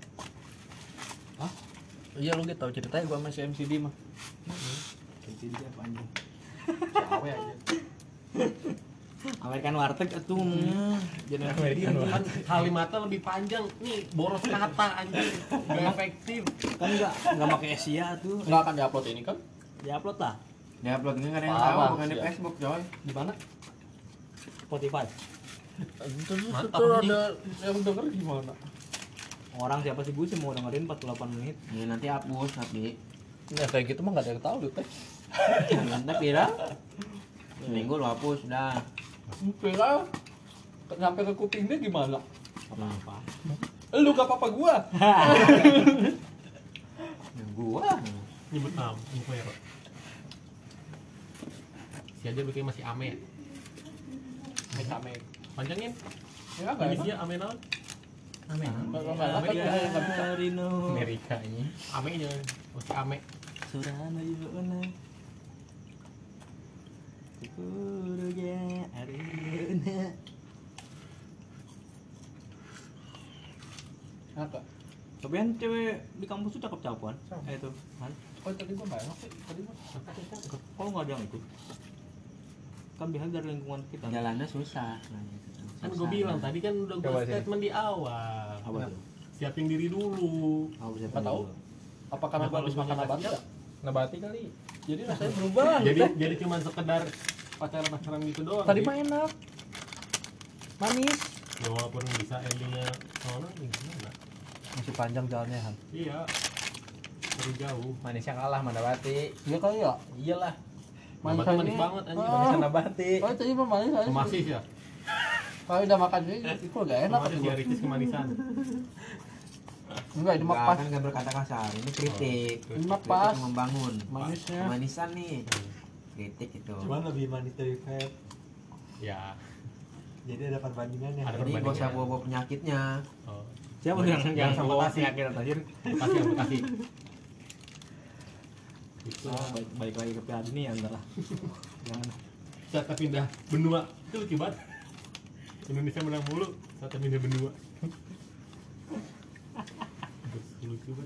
Iya lu gitu tahu ceritanya gua sama si M C D mah. M C D apa anjing? Cawe aja. American warteg atuh ngomongnya. Jadi American kan kalimatnya lebih panjang nih boros kata anjing gak efektif kan enggak enggak pakai Asia tuh. Enggak akan diupload ini kan? Diupload lah Dia upload nggak ada yang Apa? tahu, bukan di Siap. Facebook coy. Di mana? Spotify. Mantap, Itu anjing. ada yang denger gimana? Orang siapa sih gue sih mau dengerin empat puluh delapan menit. Ya nanti hapus tapi. Ya kayak gitu mah enggak ada yang tahu lu teh. Mantap ya. Seminggu lu hapus udah. Kira nyampe ke kupingnya gimana? Apa-apa. Lu gak apa-apa gua. Ya, gua. nyebut nama info ya Pak. Si aja bikin masih ame ya Ame-ame. panjangin Ya enggak enak. inisinya ame naon Amin. Enggak enggak enggak bisa. Rino. Amerika ini. ame nya masih ame Surana yuna. Kurunya aruna. Apa? Cobain cewek di kampus tuh cakep-cakepan. Eh itu, kan? Oh tadi gua nggak enak sih. Tadi gua Kalau nggak ada yang ikut, kan biasa dari lingkungan kita. Jalannya susah. Nah, itu. Kan gue Susah. bilang tadi kan udah gue Coba sini. statement di awal. Apa tuh? Siapin diri dulu. Oh, bisa Nggak tahu. apa karena Nah, gua habis kalau makan gua nabati siap. ya? Nabati kali. Jadi rasanya berubah. Jadi gitu. jadi cuma sekedar pacaran-pacaran gitu doang. Tadi sih. mah enak. Manis. Ya walaupun bisa endingnya soalnya gimana? Masih panjang jalannya Han. Iya. Terlalu jauh. Manisnya kalah sama Nabati. Iya kali ya? Iyalah. Nabati manis banget anjing. Oh. Manis Nabati. Oh, itu mah manis aja. Pemasis ya. Kalau udah makan ini itu gak enak Pemasis tuh. ya ricis kemanisan. Enggak, ini mah Enggak, pas. kan nggak berkata kasar. Ini kritik. Ini mah Kritik pas. yang membangun. Manisnya. Kemanisan nih. Kritik itu. Cuman lebih manis dari vape. Ya. Jadi ada perbandingannya. Ada Jadi gak usah perbandingan. bawa-bawa penyakitnya. Oh. Siapa Jangan- yang jangan yang sama bawa Bekasi. penyakit anjir? Bekasi yang Bekasi. Itu Oh, baik, baik lagi ke P A D nih antara. Jangan. saat kita pindah benua itu lucu banget. Indonesia menang mulu saat kita pindah benua. Terus lucu banget.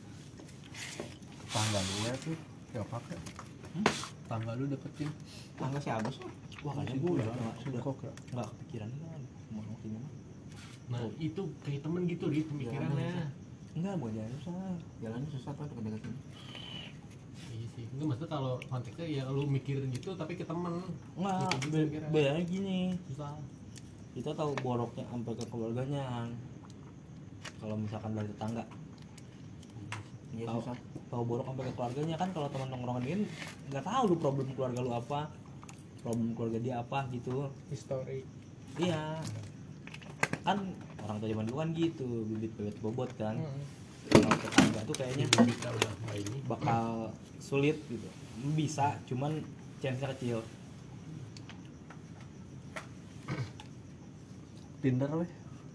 Tangga lu ya tuh. Ya pakai. Tangga lu deketin. Tangga si Agus lah. Wah, kayaknya gue udah nggak udah Kok ya? nggak kepikiran kan mau waktunya mah. Nah itu kayak temen gitu di pemikirannya. Enggak, bukan jalan susah. Jalannya susah tuh deket-deketin. Iya sih. Enggak maksudnya kalau konteksnya ya lu mikirin gitu tapi ke temen. Enggak, Gitu, be- kira-kira. bedanya gini, susah. Kita tahu boroknya sampai ke keluarganya. Kalau misalkan dari tetangga, Iya tahu susah. tahu borok sampai ke keluarganya kan. Kalau teman nongkrongan ini nggak tahu lu problem keluarga lu apa, problem keluarga dia apa gitu. History. Iya, kan orang tua zaman dulu kan gitu, bibit bebet bobot kan. Hmm. Kalau tetangga tuh kayaknya Ini kita udah mulai ini. bakal sulit gitu. Bisa, cuman chance-nya kecil. Tinder weh.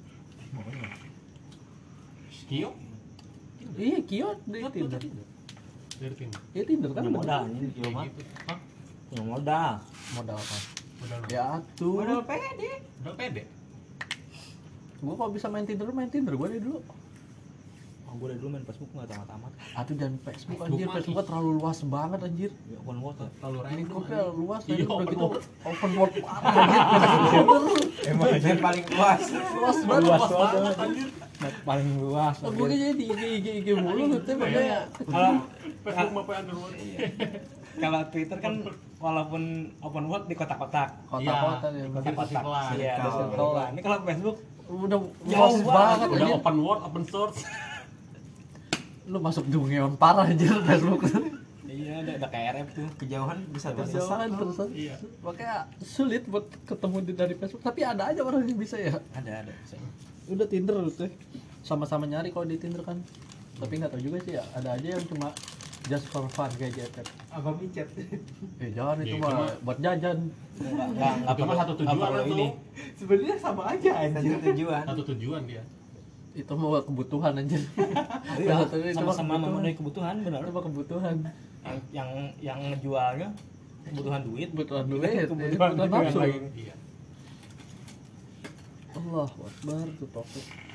Kio? Iya, Kio dari Tinder. Dari Tinder. Iya Tinder kan. Punya bener. modal ini Kayak cuma gitu. Hah? punya modal. Modal apa? Modal Ya tuh. Modal pede. modal pede. Gua kalau bisa main Tinder, main Tinder gua dari dulu. Oh, gue dari dulu main Facebook nggak tamat-tamat. Atuh jangan Facebook Facebook anjir, mah Facebook kan terlalu luas banget anjir. Ya, open world ya. Terlalu Ini random. kok kayak luas Iya, tadi udah open gitu world. open world parah anjir. Emang yang paling luas. Luas banget. Luas Luas banget. banget anjir. Paling luas. Oh, gua jadi di I G I G I G mulu gitu makanya. Kalau Facebook mah apa underworld? kalau Twitter kan walaupun open world di kotak-kotak. Kota-kota ya. Iya. bener. Kotak-kotak. Iya, ada Circle. circle lah. Ini kalau Facebook Udah Jauh luas banget. banget Udah anjir. open world, open source. Lu masuk dungeon parah anjir Facebook. iya ada ada K R F tuh. Kejauhan bisa Kejauhan tersesat. terus. Iya. Makanya sulit buat ketemu di dari Facebook, tapi ada aja orang yang bisa ya. Ada ada. bisa. Udah Tinder tuh. Sama-sama nyari kalau di Tinder kan. Tapi nggak tahu juga sih ya, ada aja yang cuma just for fun kayak J T. Apa micet? Eh jangan Ya, itu itu mah mah- buat jajan. Enggak enggak enggak Itu mah perlu- satu nggak tujuan perlu lah ini. tuh. Sebenarnya sama aja anjir. Satu tujuan. Satu tujuan dia. Itu mau kebutuhan anjir. Iya, Salah satunya itu mah sama-sama kebutuhan. memenuhi kebutuhan benar. Itu mah kebutuhan. Yang yang yang ngejualnya kebutuhan duit, Kebutuhan duit, kebutuhan, kebutuhan kebutuhan nafsu. lagi. Iya. Allah Akbar tuh topik.